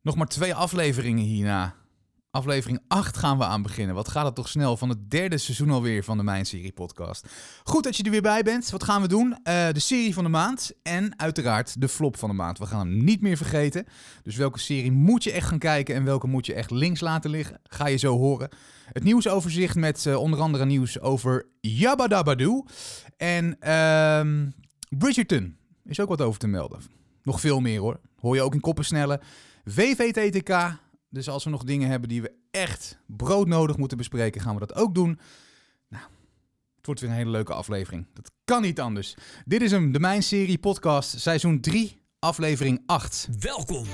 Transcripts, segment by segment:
Nog maar 2 afleveringen hierna. Aflevering 8 gaan we aan beginnen. Wat gaat het toch snel van het 3e seizoen alweer van de Mijn Serie podcast. Goed dat je er weer bij bent. Wat gaan we doen? De serie van de maand en uiteraard de flop van de maand. We gaan hem niet meer vergeten. Dus welke serie moet je echt gaan kijken en welke moet je echt links laten liggen? Ga je zo horen. Het nieuwsoverzicht met onder andere nieuws over Yabba Dabba Doo. En Bridgerton is ook wat over te melden. Nog veel meer hoor. Hoor je ook in Koppensnellen. VVTTK. Dus als we nog dingen hebben die we echt broodnodig moeten bespreken, gaan we dat ook doen. Nou, het wordt weer een hele leuke aflevering. Dat kan niet anders. Dit is hem, de Mijn Serie podcast, seizoen 3, aflevering 8. Welkom,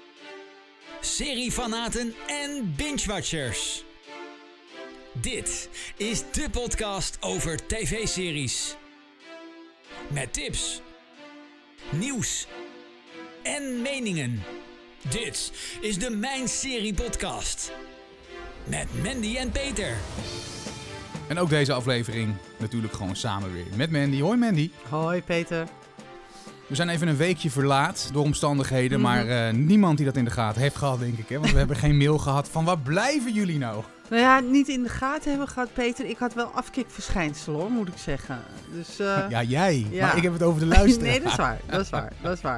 seriefanaten en binge-watchers. Dit is de podcast over tv-series. Met tips, nieuws en meningen. Dit is de Mijn Serie podcast. Met Mandy en Peter. En ook deze aflevering natuurlijk gewoon samen weer met Mandy. Hoi Mandy. Hoi Peter. We zijn even een weekje verlaat door omstandigheden, maar niemand die dat in de gaten heeft gehad, denk ik. Hè? Want we hebben geen mail gehad van waar blijven jullie nou? Nou ja, niet in de gaten hebben gehad, Peter. Ik had wel afkikverschijnsel hoor, moet ik zeggen. Dus, Ja, jij. ja. Maar ik heb het over de luisteraar. Nee, dat is waar.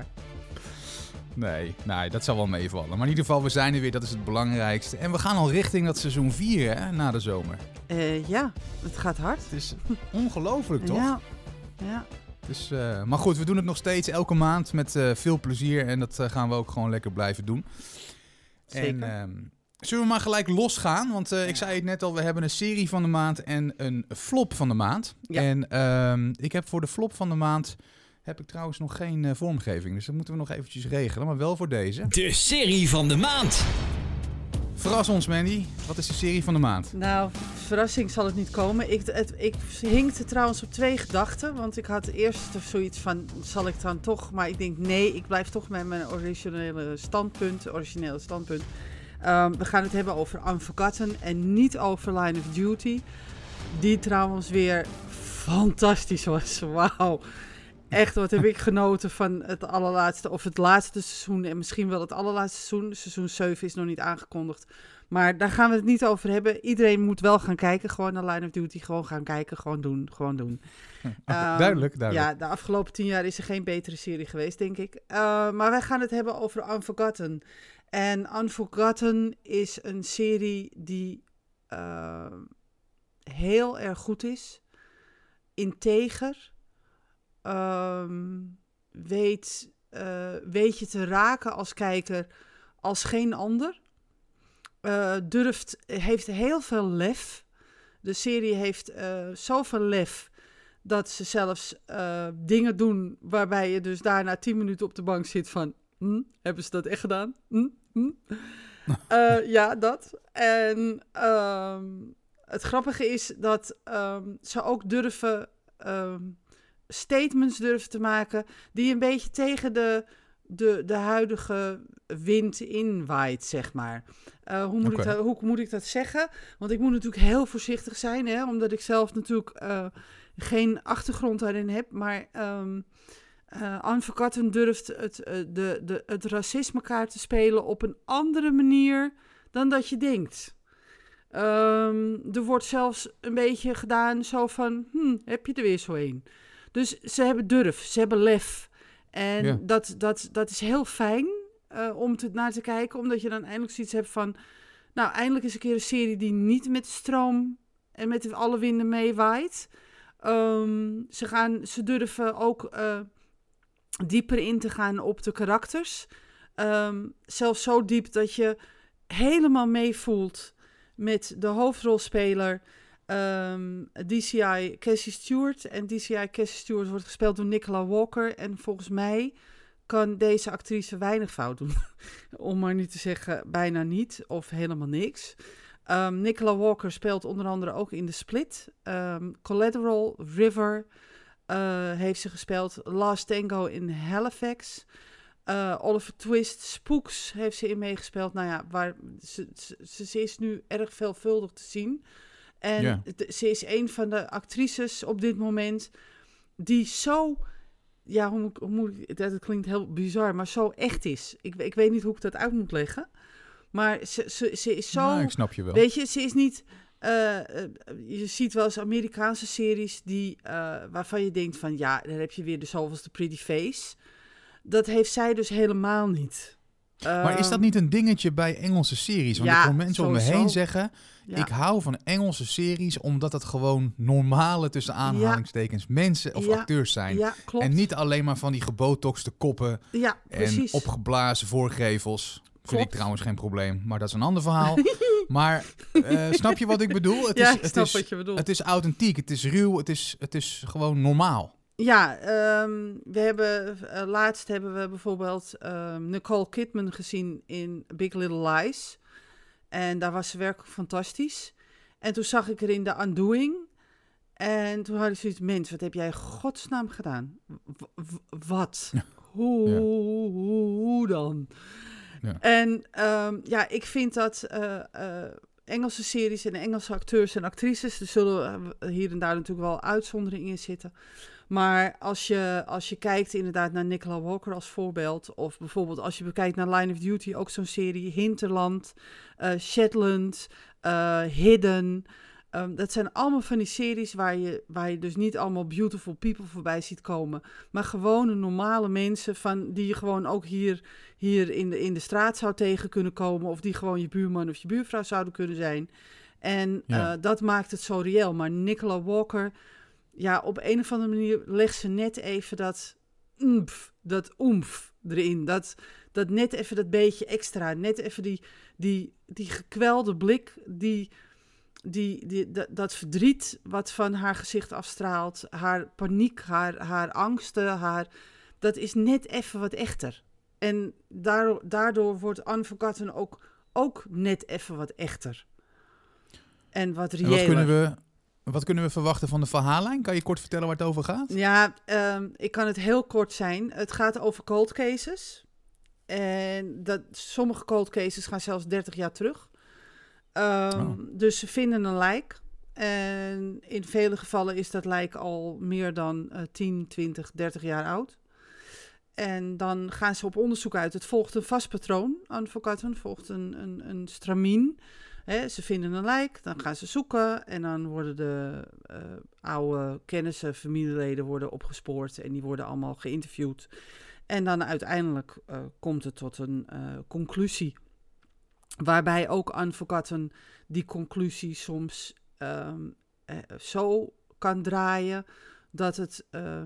Nee, dat zal wel meevallen. Maar in ieder geval, we zijn er weer, dat is het belangrijkste. En we gaan al richting dat seizoen 4, hè, na de zomer. Ja, het gaat hard. Het is ongelooflijk, toch? Ja. Dus, maar goed, we doen het nog steeds elke maand met veel plezier. En dat gaan we ook gewoon lekker blijven doen. Zeker. En, zullen we maar gelijk losgaan? Want ik zei het net al, we hebben een serie van de maand en een flop van de maand. Ja. En ik heb voor de flop van de maand... heb ik trouwens nog geen vormgeving. Dus dat moeten we nog eventjes regelen. Maar wel voor deze. De serie van de maand. Verras ons, Mandy. Wat is de serie van de maand? Nou, verrassing zal het niet komen. Ik hinkte trouwens op 2 gedachten. Want ik had eerst zoiets van, zal ik dan toch... Maar ik denk, nee, ik blijf toch met mijn originele standpunt. We gaan het hebben over Unforgotten en niet over Line of Duty. Die trouwens weer fantastisch was. Wauw. Echt, wat heb ik genoten van het allerlaatste, of het laatste seizoen en misschien wel het allerlaatste seizoen. Seizoen 7 is nog niet aangekondigd. Maar daar gaan we het niet over hebben. Iedereen moet wel gaan kijken, gewoon naar Line of Duty. Gewoon gaan kijken, gewoon doen. Duidelijk. Ja, de afgelopen 10 jaar is er geen betere serie geweest, denk ik. Maar wij gaan het hebben over Unforgotten. En Unforgotten is een serie die heel erg goed is. Integer. Weet je te raken als kijker als geen ander. Heeft heel veel lef. De serie heeft zoveel lef dat ze zelfs dingen doen waarbij je dus daarna 10 minuten op de bank zit van... hebben ze dat echt gedaan? Ja, dat. En het grappige is dat ze ook durven... statements durven te maken die een beetje tegen de huidige wind inwaait, zeg maar. Hoe moet ik dat zeggen? Want ik moet natuurlijk heel voorzichtig zijn, hè, omdat ik zelf natuurlijk geen achtergrond daarin heb, maar Unforgotten durft het racisme-kaart te spelen op een andere manier dan dat je denkt. Er wordt zelfs een beetje gedaan zo van, heb je er weer zo een? Dus ze hebben durf, ze hebben lef. En dat is heel fijn om naar te kijken. Omdat je dan eindelijk zoiets hebt van... Nou, eindelijk is een keer een serie die niet met de stroom en met alle winden meewaait. Ze durven ook dieper in te gaan op de karakters. Zelfs zo diep dat je helemaal meevoelt met de hoofdrolspeler... DCI Cassie Stewart. En DCI Cassie Stewart wordt gespeeld door Nicola Walker. En volgens mij kan deze actrice weinig fout doen. Om maar niet te zeggen bijna niet of helemaal niks. Nicola Walker speelt onder andere ook in The Split. Collateral, River heeft ze gespeeld. Last Tango in Halifax. Oliver Twist, Spooks heeft ze in meegespeeld. Nou ja, ze is nu erg veelvuldig te zien. En ze is een van de actrices op dit moment die zo ja, dat klinkt heel bizar, maar zo echt is. Ik weet niet hoe ik dat uit moet leggen. Maar ze is zo... Nou, ik snap je wel. Weet je, ze is niet... je ziet wel eens Amerikaanse series waarvan je denkt van... Ja, daar heb je weer de zoveelste pretty face. Dat heeft zij dus helemaal niet. Maar is dat niet een dingetje bij Engelse series? Want ik hoor mensen om me heen zeggen... Ja. Ik hou van Engelse series omdat het gewoon normale, tussen aanhalingstekens, mensen of acteurs zijn. Ja, klopt. En niet alleen maar van die gebotoxte koppen en opgeblazen voorgevels. Vind ik trouwens geen probleem, maar dat is een ander verhaal. Maar snap je wat ik bedoel? Ik snap wat je bedoelt. Het is authentiek, het is ruw, het is gewoon normaal. Ja, laatst hebben we bijvoorbeeld Nicole Kidman gezien in Big Little Lies. En daar was ze werkelijk fantastisch. En toen zag ik er in The Undoing. En toen had ik zoiets, mens, wat heb jij in godsnaam gedaan? Wat? Ja. Hoe dan? Ja. En ik vind dat Engelse series en Engelse acteurs en actrices... er zullen hier en daar natuurlijk wel uitzonderingen in zitten... Maar als je kijkt inderdaad naar Nicola Walker als voorbeeld... of bijvoorbeeld als je bekijkt naar Line of Duty... ook zo'n serie, Hinterland, Shetland, Hidden... dat zijn allemaal van die series waar je dus niet allemaal beautiful people voorbij ziet komen... maar gewone normale mensen die je gewoon ook hier in de straat zou tegen kunnen komen... of die gewoon je buurman of je buurvrouw zouden kunnen zijn. En dat maakt het zo reëel. Maar Nicola Walker... Ja, op een of andere manier legt ze net even dat oemf erin. Dat net even dat beetje extra. Net even die gekwelde blik, dat verdriet wat van haar gezicht afstraalt. Haar paniek, haar angsten, dat is net even wat echter. En daardoor wordt Unforgotten ook net even wat echter. En wat reëler. Wat kunnen we verwachten van de verhaallijn? Kan je kort vertellen waar het over gaat? Ja, ik kan het heel kort zijn. Het gaat over cold cases. En sommige cold cases gaan zelfs 30 jaar terug. Dus ze vinden een lijk. En in vele gevallen is dat lijk al meer dan 10, 20, 30 jaar oud. En dan gaan ze op onderzoek uit. Het volgt een vast patroon. Unforgotten volgt een stramien. Ze vinden een lijk, dan gaan ze zoeken en dan worden de oude kennissen, familieleden worden opgespoord en die worden allemaal geïnterviewd. En dan uiteindelijk komt het tot een conclusie, waarbij ook Unforgotten die conclusie soms zo kan draaien dat het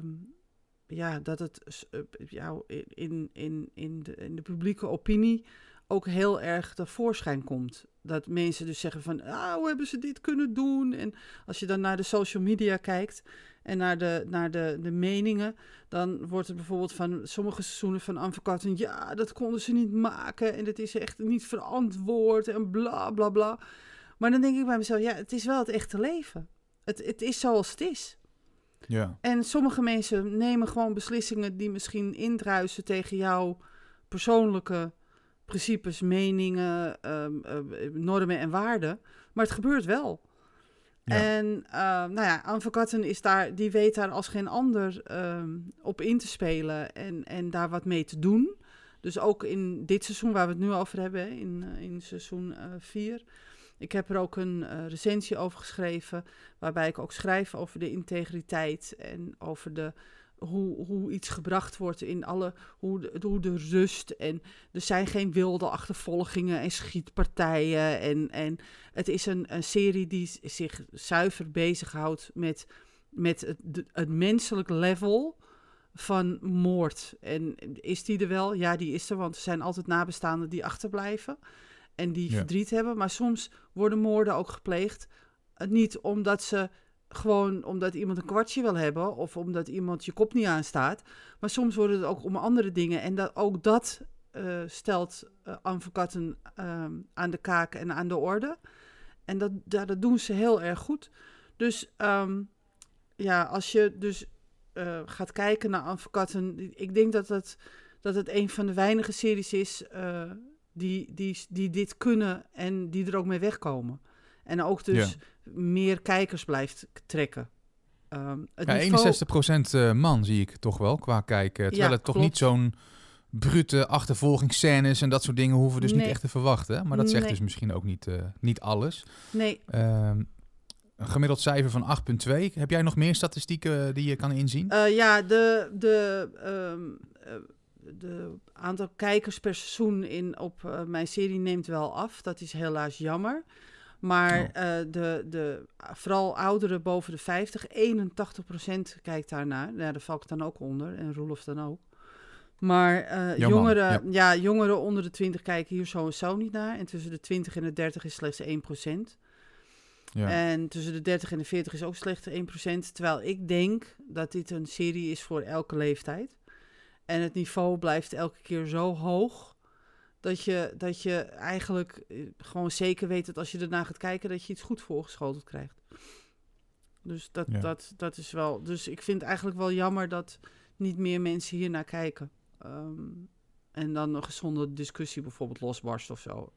in de publieke opinie ook heel erg tevoorschijn komt. Dat mensen dus zeggen van, hoe hebben ze dit kunnen doen? En als je dan naar de social media kijkt en naar de meningen, dan wordt er bijvoorbeeld van sommige seizoenen van Unforgotten, ja, dat konden ze niet maken en dat is echt niet verantwoord en bla, bla, bla. Maar dan denk ik bij mezelf, ja, het is wel het echte leven. Het is zoals het is. Ja. En sommige mensen nemen gewoon beslissingen die misschien indruisen tegen jouw persoonlijke principes, meningen, normen en waarden. Maar het gebeurt wel. Ja. En Unforgotten die weet daar als geen ander op in te spelen en daar wat mee te doen. Dus ook in dit seizoen waar we het nu over hebben, in seizoen 4. Ik heb er ook een recensie over geschreven, waarbij ik ook schrijf over de integriteit en over hoe iets gebracht wordt in hoe de rust. En er zijn geen wilde achtervolgingen en schietpartijen. En het is een serie die zich zuiver bezighoudt met het menselijk level van moord. En is die er wel? Ja, die is er, want er zijn altijd nabestaanden die achterblijven en die verdriet hebben. Maar soms worden moorden ook gepleegd. Niet omdat iemand een kwartje wil hebben of omdat iemand je kop niet aanstaat. Maar soms worden het ook om andere dingen. En dat stelt Unforgotten aan de kaak en aan de orde. En dat doen ze heel erg goed. Dus als je dus gaat kijken naar Unforgotten, ik denk dat het een van de weinige series is die dit kunnen en die er ook mee wegkomen. En ook dus meer kijkers blijft trekken. Het Ja, niveau... 61% man zie ik toch wel qua kijken. Terwijl Ja, het toch klopt. niet zo'n brute achtervolgingsscènes en dat soort dingen hoeven we dus niet Nee. echt te verwachten. Hè? Maar dat zegt Nee. dus misschien ook niet alles. Nee, Een gemiddeld cijfer van 8,2. Heb jij nog meer statistieken die je kan inzien? ja, de aantal kijkers per seizoen op mijn serie neemt wel af. Dat is helaas jammer. Maar vooral ouderen boven de 50, 81% kijkt daarnaar. Ja, daar val ik dan ook onder. En Roelof dan ook. Maar jongeren onder de 20 kijken hier sowieso niet naar. En tussen de 20 en de 30 is slechts 1%. Ja. En tussen de 30 en de 40 is ook slechts 1%. Terwijl ik denk dat dit een serie is voor elke leeftijd. En het niveau blijft elke keer zo hoog... dat je eigenlijk gewoon zeker weet dat als je ernaar gaat kijken... dat je iets goed voorgeschoteld krijgt. Dus dat is wel... Dus ik vind het eigenlijk wel jammer dat niet meer mensen hier naar kijken. En dan een gezonde discussie bijvoorbeeld losbarst of zo.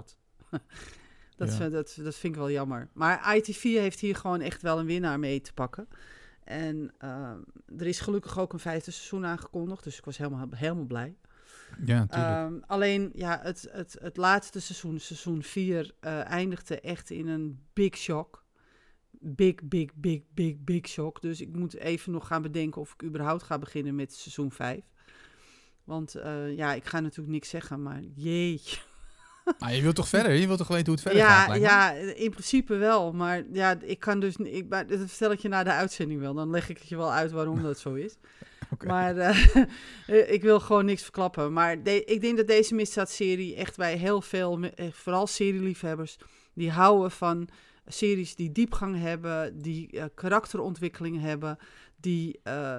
Dat vind ik wel jammer. Maar ITV heeft hier gewoon echt wel een winnaar mee te pakken. En er is gelukkig ook een 5e seizoen aangekondigd. Dus ik was helemaal blij. Ja, natuurlijk. Alleen, ja, het laatste seizoen, seizoen 4, eindigde echt in een big shock. Big shock. Dus ik moet even nog gaan bedenken of ik überhaupt ga beginnen met seizoen 5. Want ik ga natuurlijk niks zeggen, maar jeetje. Maar je wilt toch verder? Je wilt toch weten hoe het verder gaat? Ja, in principe wel. Maar ja, ik kan dus... dat vertel ik je na de uitzending wel. Dan leg ik het je wel uit waarom dat zo is. Okay. Maar ik wil gewoon niks verklappen. Maar ik denk dat deze misdaadserie echt bij heel veel... vooral serieliefhebbers... die houden van series die diepgang hebben... die karakterontwikkeling hebben... die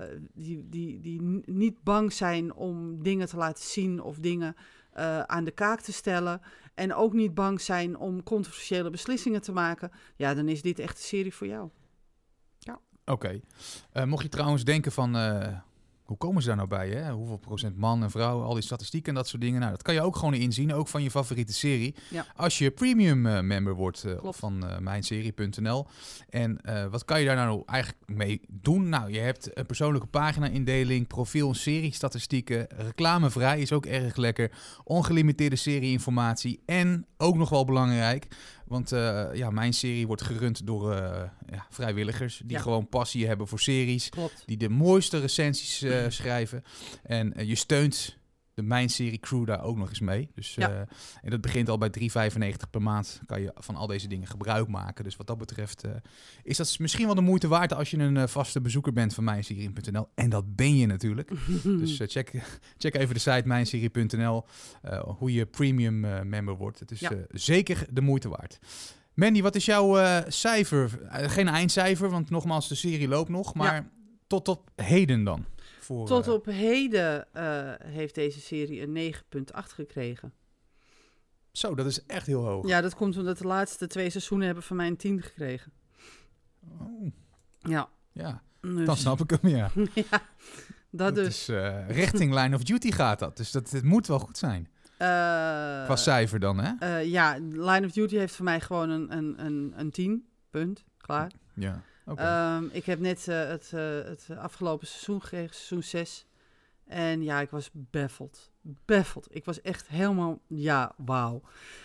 niet bang zijn om dingen te laten zien... of dingen aan de kaak te stellen... en ook niet bang zijn om controversiële beslissingen te maken... ja, dan is dit echt een serie voor jou. Ja. Oké. Mocht je trouwens denken van... hoe komen ze daar nou bij? Hè? Hoeveel procent man en vrouw, al die statistieken en dat soort dingen. Nou, dat kan je ook gewoon inzien, ook van je favoriete serie. Ja. Als je premium member wordt van mijnserie.nl. En wat kan je daar nou eigenlijk mee doen? Nou, je hebt een persoonlijke pagina-indeling, profiel, serie-statistieken. Reclamevrij is ook erg lekker. Ongelimiteerde serie-informatie. En, ook nog wel belangrijk... Want mijn serie wordt gerund door vrijwilligers... die gewoon passie hebben voor series. Klopt. Die de mooiste recensies schrijven. En je steunt de Mijn Serie crew daar ook nog eens mee. Dus, en dat begint al bij $3,95 per maand. Kan je van al deze dingen gebruik maken. Dus wat dat betreft is dat misschien wel de moeite waard... als je een vaste bezoeker bent van mijnserie.nl. En dat ben je natuurlijk. Dus check even de site mijnserie.nl. Hoe je premium member wordt. Het is zeker de moeite waard. Mandy, wat is jouw cijfer? Geen eindcijfer, want nogmaals, de serie loopt nog. Maar tot op heden dan? Tot op heden heeft deze serie een 9,8 gekregen. Zo, dat is echt heel hoog. Ja, dat komt omdat de laatste 2 seizoenen hebben van mij een 10 gekregen. Oh. Ja. Ja, dus, dan snap ik hem, ja. Ja, dat dus. Is, richting Line of Duty gaat dat. Dus het moet wel goed zijn. Qua cijfer dan, hè? Ja, Line of Duty heeft voor mij gewoon een 10. Punt. Klaar. Ja. Okay. Ik heb net het afgelopen seizoen gekregen, seizoen 6. En ja, ik was baffled. Ik was echt helemaal, wauw.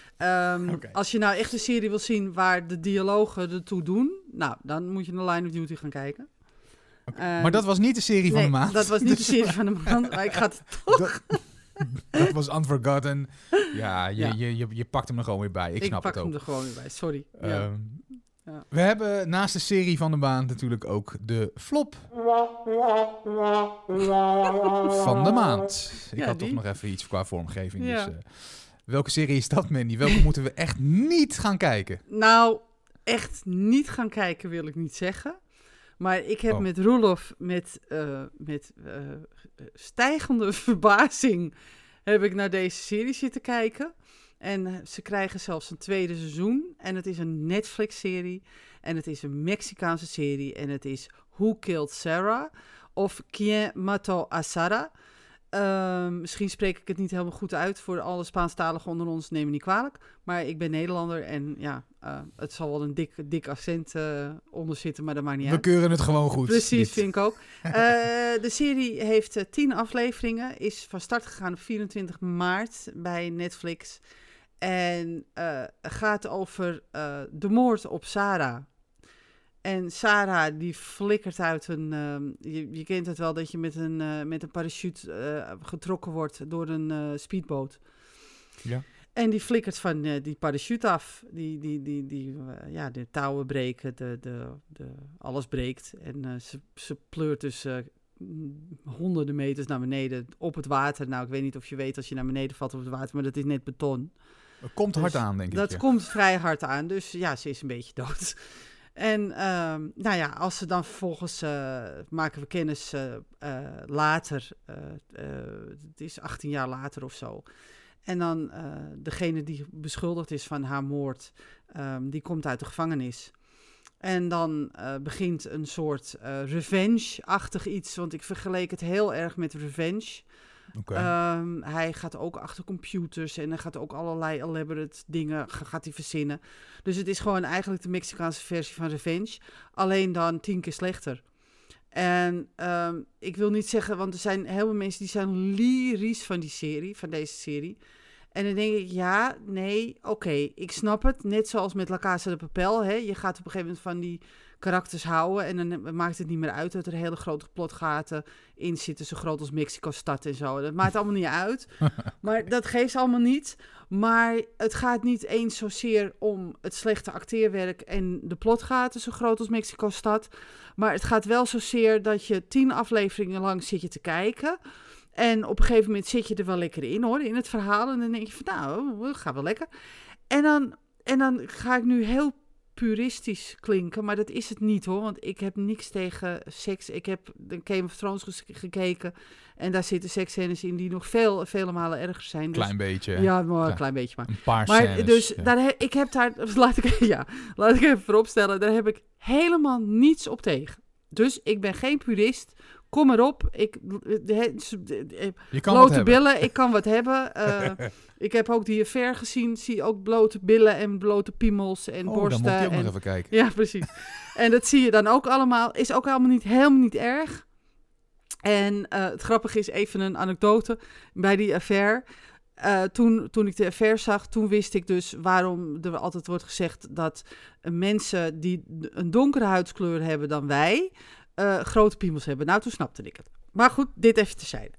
Als je nou echt een serie wil zien waar de dialogen ertoe doen... nou, dan moet je naar Line of Duty gaan kijken. Maar dat was niet de serie van de maand. dat was niet de serie van de maand, maar ik ga het toch... Dat was Unforgotten. Ja, je pakt hem er gewoon weer bij. Ik snap het ook. Ik pak hem er gewoon weer bij, sorry. We hebben naast de serie van de maand natuurlijk ook de flop van de maand. Ik had toch nog even iets qua vormgeving. Ja. Dus, welke serie is dat, Mandy? Welke moeten we echt niet gaan kijken? Nou, echt niet gaan kijken wil ik niet zeggen. Maar ik heb met Roelof met stijgende verbazing heb ik naar deze serie zitten kijken. En ze krijgen zelfs een 2e seizoen. En het is een Netflix-serie. En het is een Mexicaanse serie. En het is Who Killed Sarah? Of Quien Mató a Sarah? Misschien spreek ik het niet helemaal goed uit voor alle Spaanstaligen onder ons, neem me niet kwalijk. Maar ik ben Nederlander en ja, het zal wel een dik accent onder zitten, maar dat maakt niet We uit. keuren het gewoon goed. Precies, dit. vind ik ook. De serie heeft 10 afleveringen, is van start gegaan op 24 maart bij Netflix. En gaat over de moord op Sarah. En Sarah die flikkert uit een... je kent het wel dat je met een parachute getrokken wordt door een speedboot. Ja. En die flikkert van die parachute af. De touwen breken, alles breekt. En ze pleurt dus honderden meters naar beneden op het water. Nou, ik weet niet of je weet als je naar beneden valt op het water, maar dat is net beton. Het komt hard Dus aan, denk ik. Dat ja. komt vrij hard aan, dus ja, ze is een beetje dood. En als ze dan vervolgens maken we kennis later, het is 18 jaar later of zo. En dan degene die beschuldigd is van haar moord, die komt uit de gevangenis. En dan begint een soort revenge-achtig iets, want ik vergeleek het heel erg met Revenge. Oké. Hij gaat ook achter computers en hij gaat ook allerlei elaborate dingen gaat hij verzinnen. Dus het is gewoon eigenlijk de Mexicaanse versie van Revenge, alleen dan 10 keer slechter. En ik wil niet zeggen, want er zijn heel veel mensen die zijn lyrisch van deze serie. En dan denk ik, ja, nee, oké, ik snap het. Net zoals met La Casa de Papel, hè. Je gaat op een gegeven moment van die karakters houden en dan maakt het niet meer uit dat er hele grote plotgaten in zitten, zo groot als Mexico-stad en zo. Dat maakt allemaal niet uit, maar dat geeft allemaal niet. Maar het gaat niet eens zozeer om het slechte acteerwerk en de plotgaten zo groot als Mexico-stad, maar het gaat wel zozeer dat je 10 afleveringen lang zit je te kijken. En op een gegeven moment zit je er wel lekker in, hoor, in het verhaal. En dan denk je van, nou, dat gaat wel lekker. En dan ga ik nu heel puristisch klinken, maar dat is het niet, hoor. Want ik heb niks tegen seks. Ik heb de Game of Thrones gekeken en daar zitten seksscènes in die nog vele malen erger zijn. Dus, Klein beetje. ja, maar een klein beetje maar. Een paar Maar scènes. dus, ja. ik heb daar, laat ik even vooropstellen, daar heb ik helemaal niets op tegen. Dus ik ben geen purist. Kom erop. Je kan wat blote hebben. billen, ik kan wat hebben. Ik heb ook die affaire gezien. Zie ook blote billen en blote piemels en Oh, borsten. dan moet ik ook en, nog even kijken. ja, precies. En dat zie je dan ook allemaal. Is ook allemaal helemaal niet erg. En het grappige is even een anekdote bij die affaire. Toen ik de affaire zag, toen wist ik dus waarom er altijd wordt gezegd dat mensen die een donkere huidskleur hebben dan wij, grote piemels hebben. Nou, toen snapte ik het. Maar goed, dit even terzijde.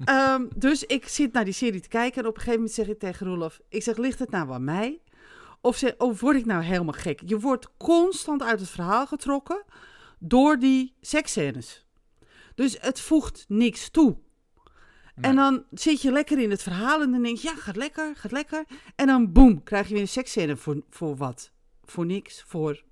Dus ik zit naar die serie te kijken en op een gegeven moment zeg ik tegen Roelof, ik zeg, ligt het nou aan mij? Of word ik nou helemaal gek? Je wordt constant uit het verhaal getrokken door die seksscènes. Dus het voegt niks toe. Nee. En dan zit je lekker in het verhaal en dan denk je, ja, gaat lekker. En dan boem, krijg je weer een seksscène voor wat? Voor niks, voor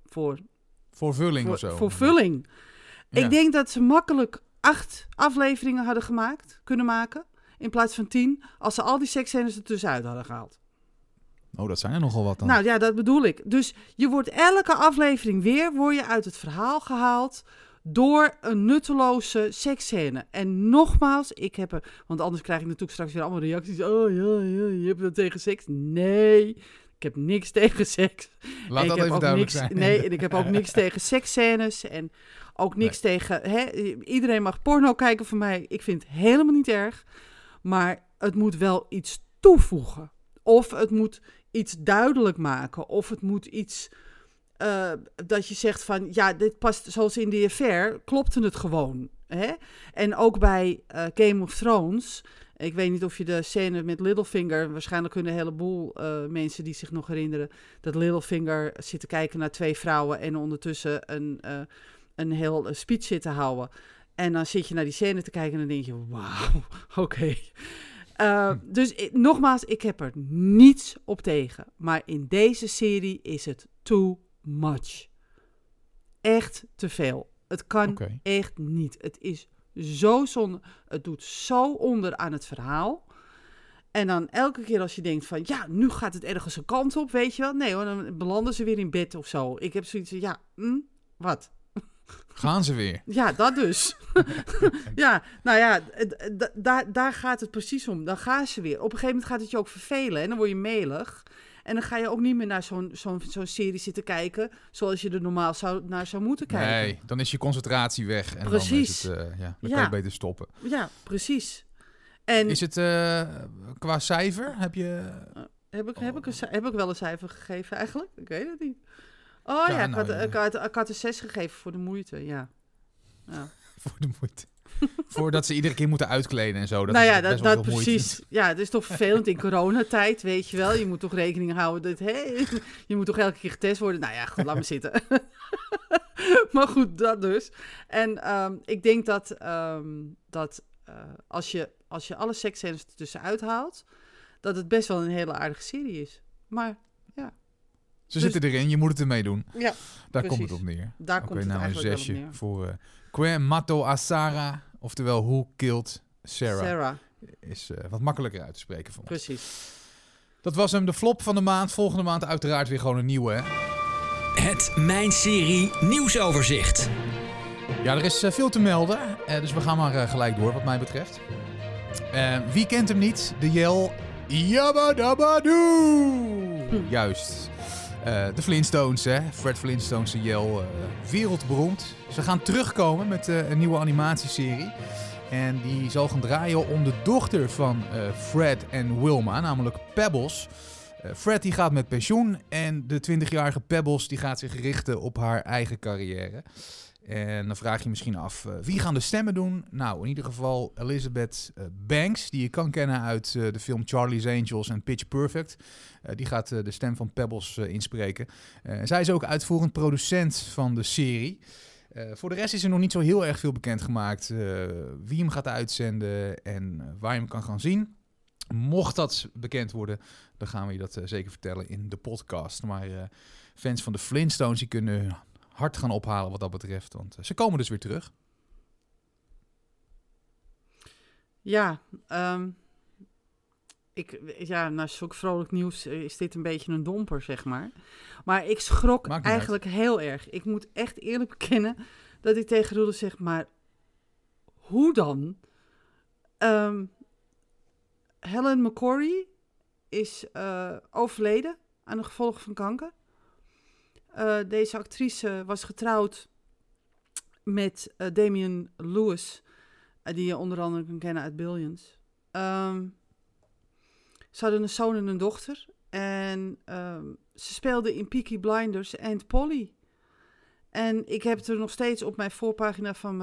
Voor vulling of zo. voor vulling. Ja. Ik denk dat ze makkelijk 8 afleveringen hadden kunnen maken, in plaats van 10, als ze al die seksscènes er tussenuit hadden gehaald. Oh, dat zijn er nogal wat dan. Nou ja, dat bedoel ik. Dus je wordt elke aflevering word je uit het verhaal gehaald door een nutteloze seksscène. En nogmaals, want anders krijg ik natuurlijk straks weer allemaal reacties. Oh ja, je hebt wat tegen seks. Nee, ik heb niks tegen seks. Laat En dat ik heb even ook duidelijk niks, zijn. Nee, en ik heb ook niks tegen seksscènes en ook niks tegen... iedereen mag porno kijken van mij. Ik vind het helemaal niet erg. Maar het moet wel iets toevoegen. Of het moet iets duidelijk maken. Of het moet iets... dat je zegt van, ja, dit past zoals in die affaire, klopte het gewoon. Hè? En ook bij Game of Thrones, ik weet niet of je de scène met Littlefinger, waarschijnlijk kunnen een heleboel mensen die zich nog herinneren, dat Littlefinger zit te kijken naar 2 vrouwen en ondertussen een heel speech zit te houden. En dan zit je naar die scène te kijken en dan denk je, wauw, oké. Dus nogmaals, ik heb er niets op tegen. Maar in deze serie is het too much. Echt te veel. Het kan echt niet. Het is zo zonde. Het doet zo onder aan het verhaal. En dan elke keer als je denkt van, ja, nu gaat het ergens een kant op, weet je wel. Nee hoor, dan belanden ze weer in bed of zo. Ik heb zoiets van, ja, wat? Gaan ze weer. Ja, dat dus. Ja, nou ja, daar gaat het precies om. Dan gaan ze weer. Op een gegeven moment gaat het je ook vervelen en dan word je melig. En dan ga je ook niet meer naar zo'n serie zitten kijken zoals je er normaal naar zou moeten kijken. Nee, dan is je concentratie weg. En Precies. Dan is het, dan kan je beter stoppen. Ja, precies. En Is het qua cijfer? heb ik wel een cijfer gegeven eigenlijk? Ik weet het niet. Oh ja, ik had een 6 gegeven voor de moeite, ja. Voor de moeite. Voordat ze iedere keer moeten uitkleden en zo. Dat precies. Ja, het is toch vervelend in coronatijd, weet je wel. Je moet toch rekening houden je moet toch elke keer getest worden. Nou ja, goed, laat me zitten. Maar goed, dat dus. En ik denk dat als je alle seksscènes ertussen uithaalt, dat het best wel een hele aardige serie is. Maar ja. Ze zitten erin, je moet het ermee doen. Ja, daar precies. komt het op neer. Daar komt het eigenlijk een zesje wel op neer. voor Quen Mato Asara, oftewel Who Killed Sarah. Is wat makkelijker uit te spreken van ons. Precies. Dat was hem, de flop van de maand. Volgende maand uiteraard weer gewoon een nieuwe, hè? Het Mijn Serie nieuwsoverzicht. Ja, er is veel te melden, dus we gaan maar gelijk door wat mij betreft. Wie kent hem niet? De Yel Yabba Dabba Doo! Juist. De Flintstones, hè? Fred Flintstones, de Yel, wereldberoemd. Ze gaan terugkomen met een nieuwe animatieserie. En die zal gaan draaien om de dochter van Fred en Wilma, namelijk Pebbles. Fred die gaat met pensioen en de 20-jarige Pebbles die gaat zich richten op haar eigen carrière. En dan vraag je misschien af, wie gaan de stemmen doen? Nou, in ieder geval Elizabeth Banks, die je kan kennen uit de film Charlie's Angels en Pitch Perfect. Die gaat de stem van Pebbles inspreken. Zij is ook uitvoerend producent van de serie. Voor de rest is er nog niet zo heel erg veel bekendgemaakt wie hem gaat uitzenden en waar je hem kan gaan zien. Mocht dat bekend worden, dan gaan we je dat zeker vertellen in de podcast. Maar fans van de Flintstones die kunnen hard gaan ophalen wat dat betreft, want ze komen dus weer terug. Ja, na zulk vrolijk nieuws is dit een beetje een domper, zeg maar. Maar ik schrok eigenlijk heel erg. Ik moet echt eerlijk bekennen dat ik tegen Roelof zeg, maar hoe dan? Helen McCrory is overleden aan de gevolgen van kanker. Deze actrice was getrouwd met Damian Lewis, die je onder andere kan kennen uit Billions. Ze hadden een zoon en een dochter. En ze speelde in Peaky Blinders en Polly. En ik heb het er nog steeds op mijn voorpagina van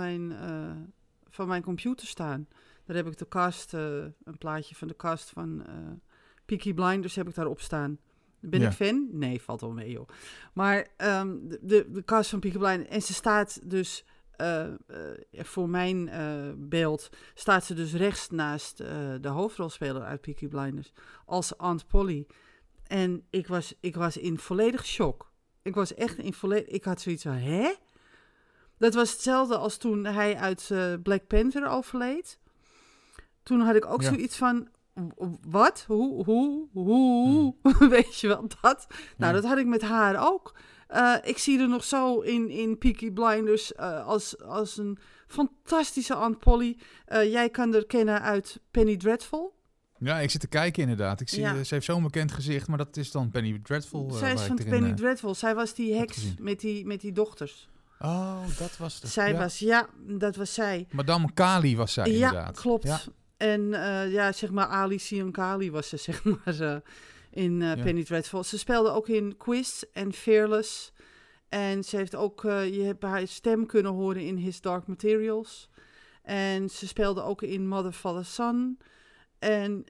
mijn computer staan. Daar heb ik de cast, een plaatje van de cast van Peaky Blinders heb ik daarop staan. Ben ik fan? Nee, valt wel mee, joh. Maar de cast van Peaky Blinders. En ze staat dus, voor mijn beeld, staat ze dus rechts naast de hoofdrolspeler uit Peaky Blinders. Als Aunt Polly. En ik was in volledig shock. Ik was echt in volledig... Ik had zoiets van, hè? Dat was hetzelfde als toen hij uit Black Panther overleed. Toen had ik ook zoiets van... Wat? Hoe? Weet je wel, dat? Nou, dat had ik met haar ook. Ik zie er nog zo in Peaky Blinders als een fantastische Aunt Polly. Jij kan er kennen uit Penny Dreadful. Ja, ik zit te kijken inderdaad. Ik zie, ze heeft zo'n bekend gezicht, maar dat is dan Penny Dreadful. Zij is van Penny Dreadful. Zij was die heks met die dochters. Oh, dat was het. Dat was zij. Madame Kali was zij inderdaad. Ja, klopt. Ja. En zeg maar Alice Kali was ze, zeg maar, in Penny Dreadful. Ze speelde ook in Quiz en Fearless. En ze heeft ook, je hebt haar stem kunnen horen in His Dark Materials. En ze speelde ook in Mother, Father, Son. En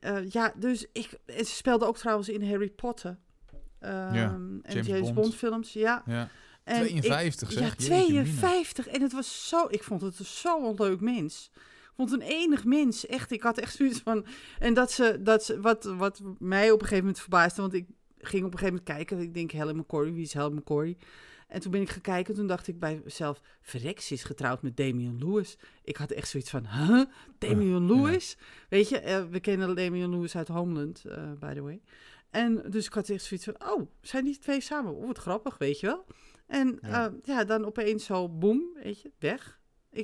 ze speelde ook trouwens in Harry Potter. En James Bond films, ja. En 52, zeg. Ja, 52. En het was zo... Ik vond het zo'n leuk mens. Ik vond het een enig mens. Echt, ik had echt zoiets van... En dat ze wat mij op een gegeven moment verbaasde... Want ik ging op een gegeven moment kijken. Ik denk, Helen McCrory, wie is Helen McCrory? En toen ben ik gaan kijken. Toen dacht ik bij mezelf... Verrek, ze is getrouwd met Damian Lewis. Ik had echt zoiets van... Huh? Damian Lewis? Ja. Weet je, we kennen Damian Lewis uit Homeland, by the way. En dus ik had echt zoiets van... Oh, zijn die twee samen? Oh, wat grappig, weet je wel? En dan opeens zo, boem, weet je, weg.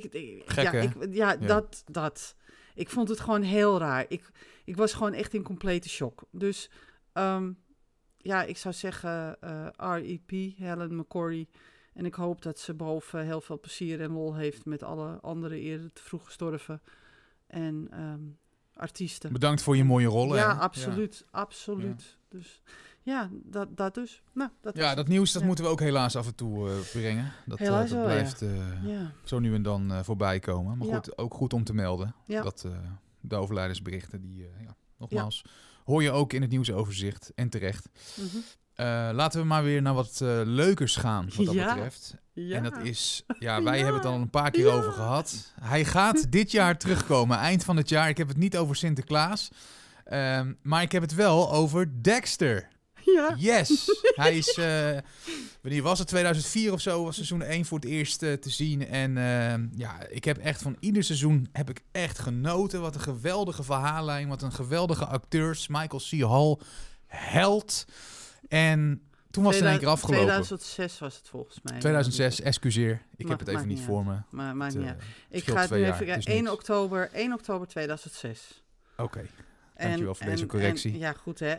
Dat. Ik vond het gewoon heel raar. Ik was gewoon echt in complete shock. Dus ik zou zeggen R.E.P. Helen McCrory. En ik hoop dat ze boven heel veel plezier en lol heeft met alle andere eerder te vroeg gestorven. En artiesten. Bedankt voor je mooie rollen. Ja, hè? absoluut. Dus dat dus. Nou, dat nieuws dat moeten we ook helaas af en toe brengen. Dat blijft zo nu en dan voorbij komen. Maar goed, ook goed om te melden. Ja. Dat de overlijdensberichten, die nogmaals, hoor je ook in het nieuwsoverzicht en terecht. Mm-hmm. Laten we maar weer naar wat leukers gaan, wat dat betreft. Ja. En dat is, wij hebben het al een paar keer over gehad. Hij gaat dit jaar terugkomen, eind van het jaar. Ik heb het niet over Sinterklaas, maar ik heb het wel over Dexter. Ja. Yes! Hij is, wanneer was het? 2004 of zo was seizoen 1 voor het eerst te zien. En ik heb echt van ieder seizoen heb ik echt genoten. Wat een geweldige verhaallijn, wat een geweldige acteurs. Michael C. Hall, held. En toen was het in één keer afgelopen. 2006 was het volgens mij. 2006, excuseer. Ik heb het even niet voor me. Maar maakt niet uit. Ik ga het nu even kijken. 1 oktober 2006. Oké. Dankjewel voor deze correctie. Ja, goed hè.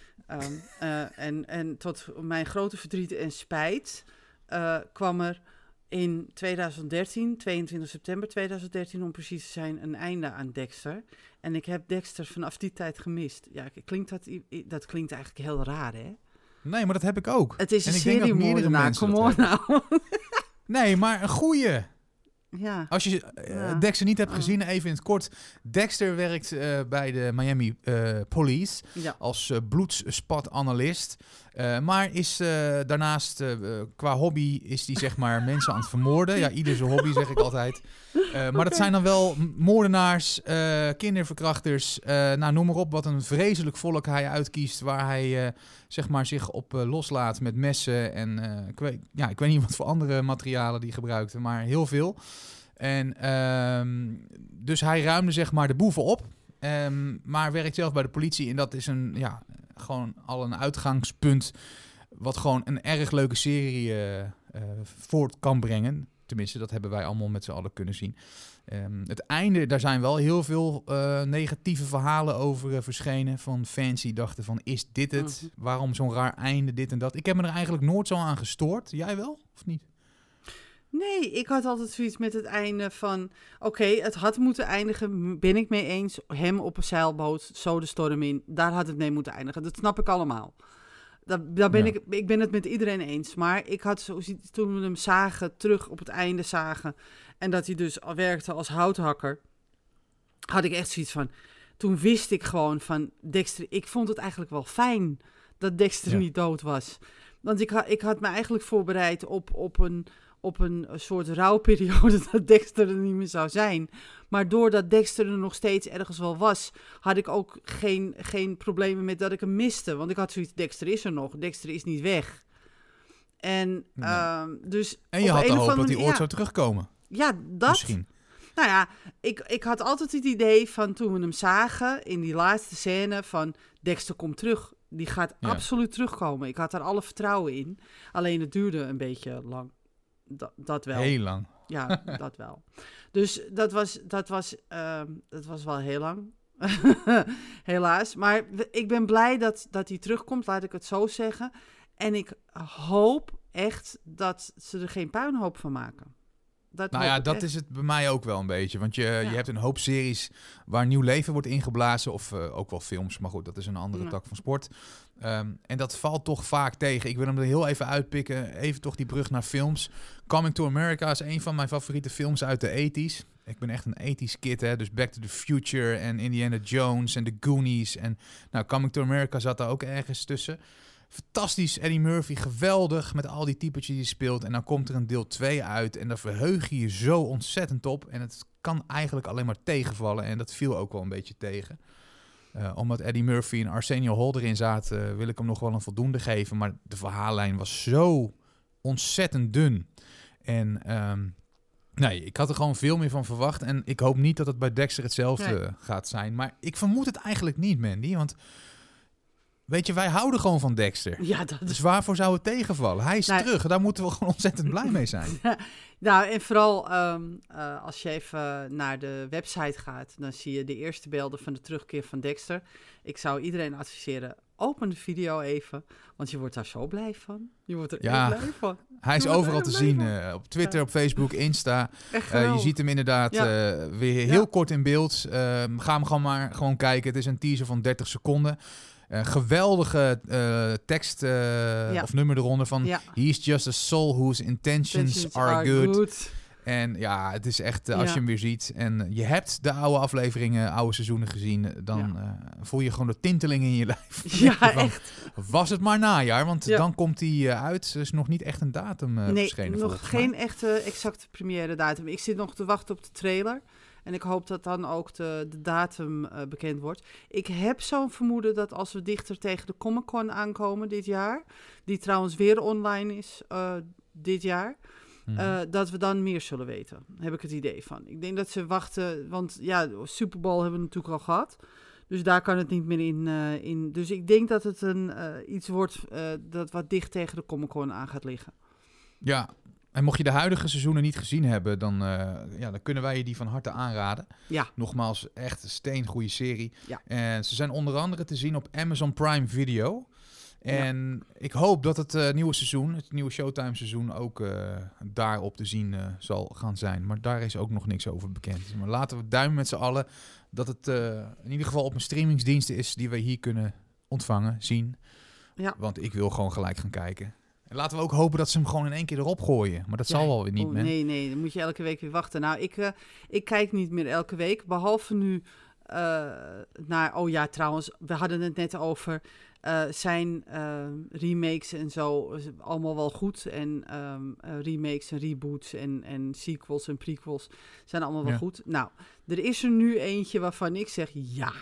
En tot mijn grote verdriet en spijt kwam er in 2013, 22 september 2013 om precies te zijn, een einde aan Dexter. En ik heb Dexter vanaf die tijd gemist. Ja, dat klinkt eigenlijk heel raar hè? Nee, maar dat heb ik ook. Het is een seriemoordenaar, kom op nou. Nee, maar een goeie. Ja. Als je Dexter niet hebt gezien, even in het kort. Dexter werkt bij de Miami Police als bloedspatanalyst. Maar is daarnaast qua hobby is die zeg maar mensen aan het vermoorden. Ja, ieder zijn hobby zeg ik altijd. Maar dat zijn dan wel moordenaars, kinderverkrachters. Noem maar op wat een vreselijk volk hij uitkiest. Waar hij zeg maar zich op loslaat met messen. En ik weet niet wat voor andere materialen die gebruikte. Maar heel veel. En dus hij ruimde zeg maar de boeven op. Maar werkt zelf bij de politie. En dat is gewoon al een uitgangspunt. Wat gewoon een erg leuke serie voort kan brengen. Tenminste, dat hebben wij allemaal met z'n allen kunnen zien. Het einde, daar zijn wel heel veel negatieve verhalen over verschenen. Van fans die dachten van, is dit het? Waarom zo'n raar einde, dit en dat? Ik heb me er eigenlijk nooit zo aan gestoord. Jij wel, of niet? Nee, ik had altijd zoiets met het einde van... Oké, het had moeten eindigen, ben ik mee eens. Hem op een zeilboot, zo de storm in. Daar had het mee moeten eindigen. Dat snap ik allemaal. Ik ben het met iedereen eens. Maar ik had zoiets, toen we hem zagen, terug op het einde zagen... en dat hij dus werkte als houthakker... had ik echt zoiets van... Toen wist ik gewoon van Dexter... Ik vond het eigenlijk wel fijn dat Dexter niet dood was. Want ik had me eigenlijk voorbereid op een soort rouwperiode dat Dexter er niet meer zou zijn. Maar doordat Dexter er nog steeds ergens wel was... had ik ook geen problemen met dat ik hem miste. Want ik had zoiets, Dexter is er nog. Dexter is niet weg. En dus... En je had de hoop dat hij ooit zou terugkomen. Ja, dat... Misschien. Nou ja, ik had altijd het idee van toen we hem zagen... in die laatste scène van Dexter komt terug. Die gaat absoluut terugkomen. Ik had daar alle vertrouwen in. Alleen het duurde een beetje lang. Dat wel. Heel lang. Ja, dat wel. Dus dat was wel heel lang. Helaas. Maar ik ben blij dat hij terugkomt, laat ik het zo zeggen. En ik hoop echt dat ze er geen puinhoop van maken. Dat is het bij mij ook wel een beetje. Want je hebt een hoop series waar nieuw leven wordt ingeblazen. Of ook wel films, maar goed, dat is een andere tak van sport. En dat valt toch vaak tegen. Ik wil hem er heel even uitpikken. Even toch die brug naar films. Coming to America is een van mijn favoriete films uit de 80's. Ik ben echt een 80's kid, hè. Dus Back to the Future en Indiana Jones en The Goonies. En Coming to America zat daar ook ergens tussen. Fantastisch, Eddie Murphy, geweldig met al die typetjes die hij speelt. En dan komt er een deel 2 uit en daar verheug je je zo ontzettend op. En het kan eigenlijk alleen maar tegenvallen en dat viel ook wel een beetje tegen. Omdat Eddie Murphy en Arsenio Hall erin zaten, wil ik hem nog wel een voldoende geven. Maar de verhaallijn was zo ontzettend dun. En ik had er gewoon veel meer van verwacht. En ik hoop niet dat het bij Dexter hetzelfde gaat zijn. Maar ik vermoed het eigenlijk niet, Mandy, want... Weet je, wij houden gewoon van Dexter. Ja, dat Dus is... waarvoor zou het tegenvallen? Hij is Nou, terug. Daar moeten we gewoon ontzettend blij mee zijn. Nou, en vooral als je even naar de website gaat, dan zie je de eerste beelden van de terugkeer van Dexter. Ik zou iedereen adviseren, open de video even, want je wordt daar zo blij van. Je wordt er Ja. echt blij van. Hij is Je wordt overal er te blij zien. van. Op Twitter, op Facebook, Insta. Echt Je geweldig. ziet hem inderdaad weer heel kort in beeld. Ga hem gewoon kijken. Het is een teaser van 30 seconden. Geweldige tekst of nummer eronder van... Ja. He's just a soul whose intentions are good. En ja, het is echt, als je hem weer ziet en je hebt de oude afleveringen, oude seizoenen gezien, dan voel je gewoon de tinteling in je lijf. Ja, Van, echt. was het maar najaar, want Ja. dan komt hij uit. Er is nog niet echt een datum Nee, verschenen. nog volgens geen mij. echte exacte première datum. Ik zit nog te wachten op de trailer. En ik hoop dat dan ook de datum bekend wordt. Ik heb zo'n vermoeden dat als we dichter tegen de Comic-Con aankomen dit jaar, die trouwens weer online is dit jaar, dat we dan meer zullen weten. Heb ik het idee van. Ik denk dat ze wachten, want ja, Super Bowl hebben we natuurlijk al gehad. Dus daar kan het niet meer in. Dus ik denk dat het iets wordt dat wat dicht tegen de Comic-Con aan gaat liggen. Ja, en mocht je de huidige seizoenen niet gezien hebben, dan kunnen wij je die van harte aanraden. Ja. Nogmaals, echt een steengoede serie. Ja. En ze zijn onder andere te zien op Amazon Prime Video. En ik hoop dat het nieuwe seizoen, het nieuwe Showtime seizoen, ook daarop te zien zal gaan zijn. Maar daar is ook nog niks over bekend. Maar laten we duimen met z'n allen dat het in ieder geval op een streamingsdienst is die we hier kunnen ontvangen, zien. Ja. Want ik wil gewoon gelijk gaan kijken. En laten we ook hopen dat ze hem gewoon in één keer erop gooien. Maar dat zal wel weer niet, man. Nee, dan moet je elke week weer wachten. Nou, ik kijk niet meer elke week, behalve nu naar... Oh ja, trouwens, we hadden het net over... zijn remakes en zo allemaal wel goed. En remakes en reboots en sequels en prequels zijn allemaal wel goed. Nou, er is er nu eentje waarvan ik zeg ja.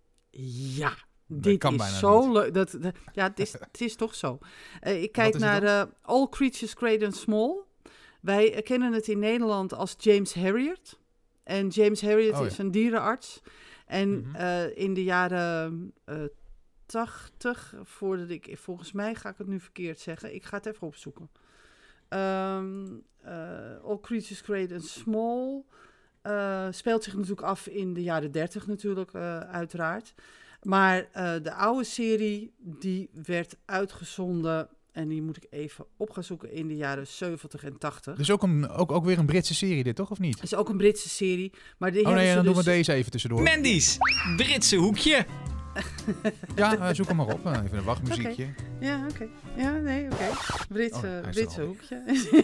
Dit is zo leuk. Ja, het is toch zo. Ik kijk naar All Creatures Great and Small. Wij kennen het in Nederland als James Herriot. En James Herriot is een dierenarts. En in de jaren 80, volgens mij ga ik het nu verkeerd zeggen. Ik ga het even opzoeken. All Creatures Great and Small speelt zich natuurlijk af in de jaren 30 natuurlijk, uiteraard. Maar de oude serie, die werd uitgezonden... En die moet ik even op gaan zoeken in de jaren 70 en 80. Dus ook weer een Britse serie dit, toch? Of niet? Het is ook een Britse serie. Maar dan doen we deze even tussendoor. Mandy's Britse hoekje. Ja, zoek hem maar op. Even een wachtmuziekje. Okay. Ja, oké. Ja, nee, oké. Britse hoekje.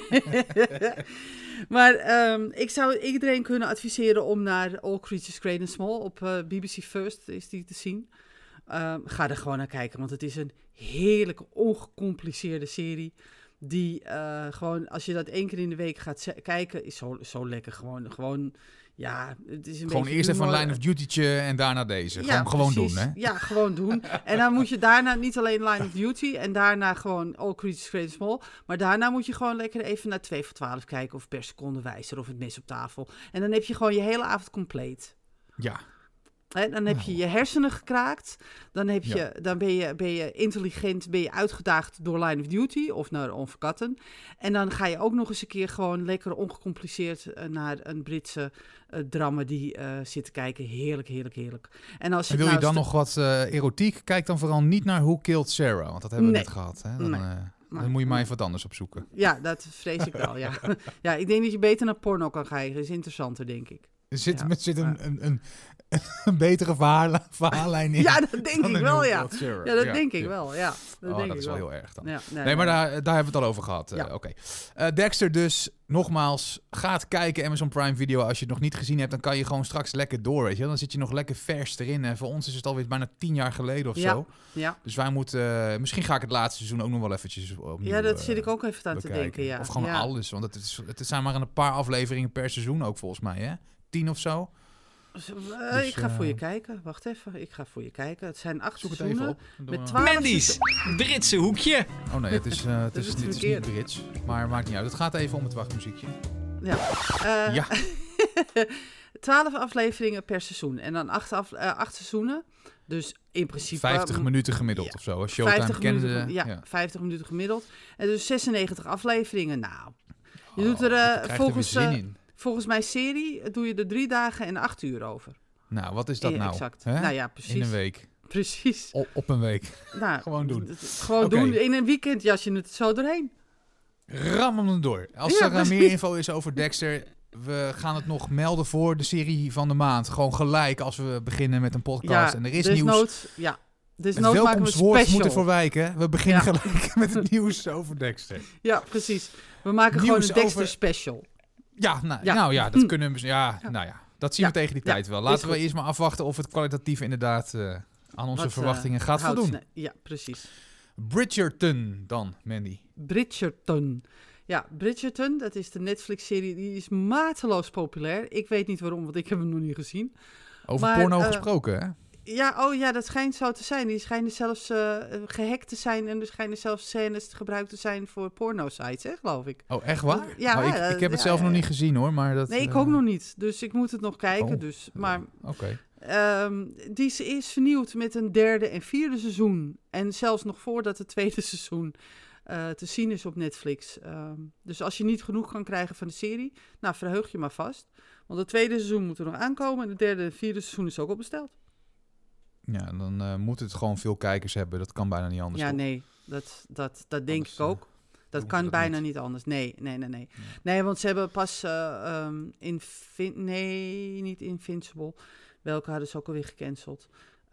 Maar ik zou iedereen kunnen adviseren om naar All Creatures Great and Small op BBC First is die te zien. Ga er gewoon naar kijken, want het is een heerlijke, ongecompliceerde serie. Die gewoon, als je dat 1 keer in de week gaat kijken, is zo lekker. Gewoon, ja, het is een gewoon beetje eerst humor. even een Line of Duty'tje en daarna deze. Ja, gewoon precies. doen, hè? Ja, gewoon doen. En dan moet je daarna niet alleen Line of Duty en daarna gewoon All Creatures Great and Small. Maar daarna moet je gewoon lekker even naar 2 voor 12 kijken of per seconde wijzer of het mes op tafel. En dan heb je gewoon je hele avond compleet. Ja. He, dan heb je je hersenen gekraakt. Dan ben je intelligent, ben je uitgedaagd door Line of Duty of naar Unforgotten. En dan ga je ook nog eens een keer gewoon lekker ongecompliceerd naar een Britse drama die zit te kijken. Heerlijk, heerlijk, heerlijk. En als je wil je dan nog wat erotiek? Kijk dan vooral niet naar Who Killed Sarah, want dat hebben we net gehad. Hè? Dan moet je maar even wat anders opzoeken. Ja, dat vrees ik wel, ja. Ja, ik denk dat je beter naar porno kan kijken. Dat is interessanter, denk ik. Er zit een betere verhaallijn in. Ja, dat denk ik wel, ja. Ja, dat denk ik wel, ja. Dat is wel heel erg dan. Ja, nee, maar daar hebben we het al over gehad. Ja. Oké. Dexter dus, nogmaals, gaat kijken Amazon Prime Video. Als je het nog niet gezien hebt, dan kan je gewoon straks lekker door, weet je. Dan zit je nog lekker vers erin. En voor ons is het alweer bijna 10 jaar geleden of zo. Ja. Dus wij moeten... misschien ga ik het laatste seizoen ook nog wel eventjes opnieuw Ja, dat zit ik ook even aan bekijken. te denken, ja. Of gewoon alles, want het zijn maar een paar afleveringen per seizoen ook volgens mij, hè? 10 of zo. Ik ga voor je kijken. Wacht even, ik ga voor je kijken. Het zijn 8 Zoek seizoenen. het even op. Met 12 Mandy's Britse hoekje. Oh nee, het is niet verkeerd. Brits. Maar maakt niet uit. Het gaat even om het wachtmuziekje. Ja. Ja. 12 afleveringen per seizoen. En dan 8 seizoenen. Dus in principe... 50 minuten gemiddeld of zo. Als Showtime kende... 50 minuten gemiddeld. En dus 96 afleveringen. Nou, je doet volgens mijn serie doe je er 3 dagen en 8 uur over. Nou, wat is dat nou? Exact. Hè? Nou ja, precies. In een week. Precies. Op een week. Nou, gewoon doen. Gewoon doen. In een weekend jas je het zo doorheen. Ram hem door. Als er meer info is over Dexter... We gaan het nog melden voor de serie van de maand. Gewoon gelijk als we beginnen met een podcast. En er is nieuws. Het welkomstwoord moet ervoor wijken. We beginnen gelijk met het nieuws over Dexter. Ja, precies. We maken nieuws gewoon een Dexter special. Ja, dat kunnen we... dat zien we tegen die tijd wel. Laten we eerst maar afwachten of het kwalitatief inderdaad aan onze verwachtingen gaat voldoen. Ja, precies. Bridgerton dan, Mandy. Bridgerton. Ja, Bridgerton, dat is de Netflix-serie, die is mateloos populair. Ik weet niet waarom, want ik heb hem nog niet gezien. Over porno gesproken, hè? Ja, dat schijnt zo te zijn. Die schijnen zelfs gehackt te zijn en er schijnen zelfs scènes gebruikt te zijn voor porno-sites, hè, geloof ik. Oh, echt waar? Ja. Ik heb het zelf nog niet gezien, hoor. Maar dat, nee, ik ook nog niet. Dus ik moet het nog kijken. Oké. Die is vernieuwd met een 3e en 4e seizoen. En zelfs nog voordat het 2e seizoen te zien is op Netflix. Dus als je niet genoeg kan krijgen van de serie, nou, verheug je maar vast. Want het 2e seizoen moet er nog aankomen en het 3e en 4e seizoen is ook al besteld. Ja, dan moet het gewoon veel kijkers hebben. Dat kan bijna niet anders. Ja, toch? Nee, dat denk ik ook. Dat kan bijna niet anders. Nee. Nee, want ze hebben pas niet Invincible. Welke hadden ze ook alweer gecanceld?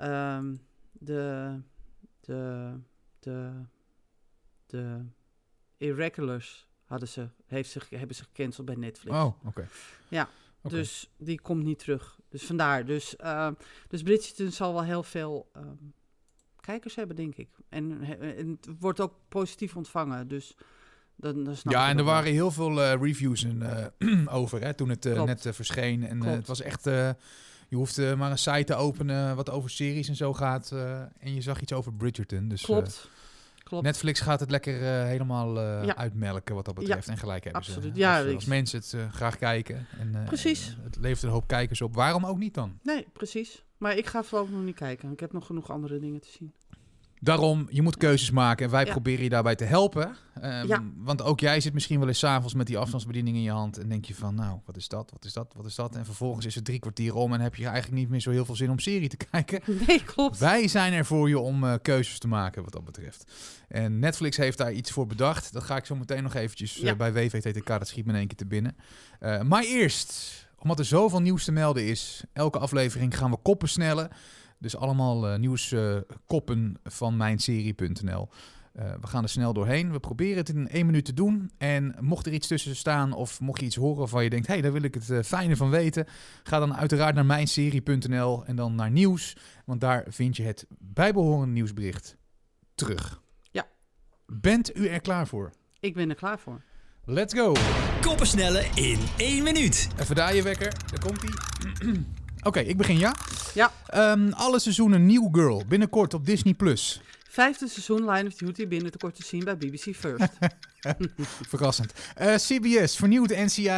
De Irregulars hebben ze gecanceld bij Netflix. Oh, oké. Ja, okay. Dus die komt niet terug. Dus vandaar. Dus Bridgerton zal wel heel veel kijkers hebben, denk ik. En het wordt ook positief ontvangen, dus... Dan en er waren heel veel reviews over, hè, toen het net verscheen. En het was echt... je hoeft maar een site te openen wat over series en zo gaat. En je zag iets over Bridgerton. Dus, Klopt. Netflix gaat het lekker helemaal uitmelken wat dat betreft. En gelijk hebben absoluut. ze. Als mensen het graag kijken. En, precies. Het levert een hoop kijkers op. Waarom ook niet dan? Nee, precies. Maar ik ga voorlopig nog niet kijken. Ik heb nog genoeg andere dingen te zien. Daarom, je moet keuzes maken en wij proberen je daarbij te helpen. Want ook jij zit misschien wel eens 's avonds met die afstandsbediening in je hand en denk je van, nou, wat is dat? En vervolgens is het 3 kwartier om en heb je eigenlijk niet meer zo heel veel zin om serie te kijken. Nee, klopt. Wij zijn er voor je om keuzes te maken wat dat betreft. En Netflix heeft daar iets voor bedacht. Dat ga ik zo meteen nog eventjes bij WVTTK, dat schiet me in één keer te binnen. Maar eerst, omdat er zoveel nieuws te melden is, elke aflevering gaan we koppen snellen. Dus allemaal nieuwskoppen van mijnserie.nl. We gaan er snel doorheen. We proberen het in 1 minuut te doen. En mocht er iets tussen staan of mocht je iets horen waarvan je denkt... hey, daar wil ik het fijne van weten. Ga dan uiteraard naar mijnserie.nl en dan naar nieuws. Want daar vind je het bijbehorende nieuwsbericht terug. Ja. Bent u er klaar voor? Ik ben er klaar voor. Let's go. Koppensnellen in 1 minuut. Even daar je wekker. Daar komt-ie. Oké, ik begin, ja? Ja. Alle seizoenen New Girl, binnenkort op Disney+. 5e seizoen Line of Duty binnenkort te zien bij BBC First. Verrassend. CBS vernieuwt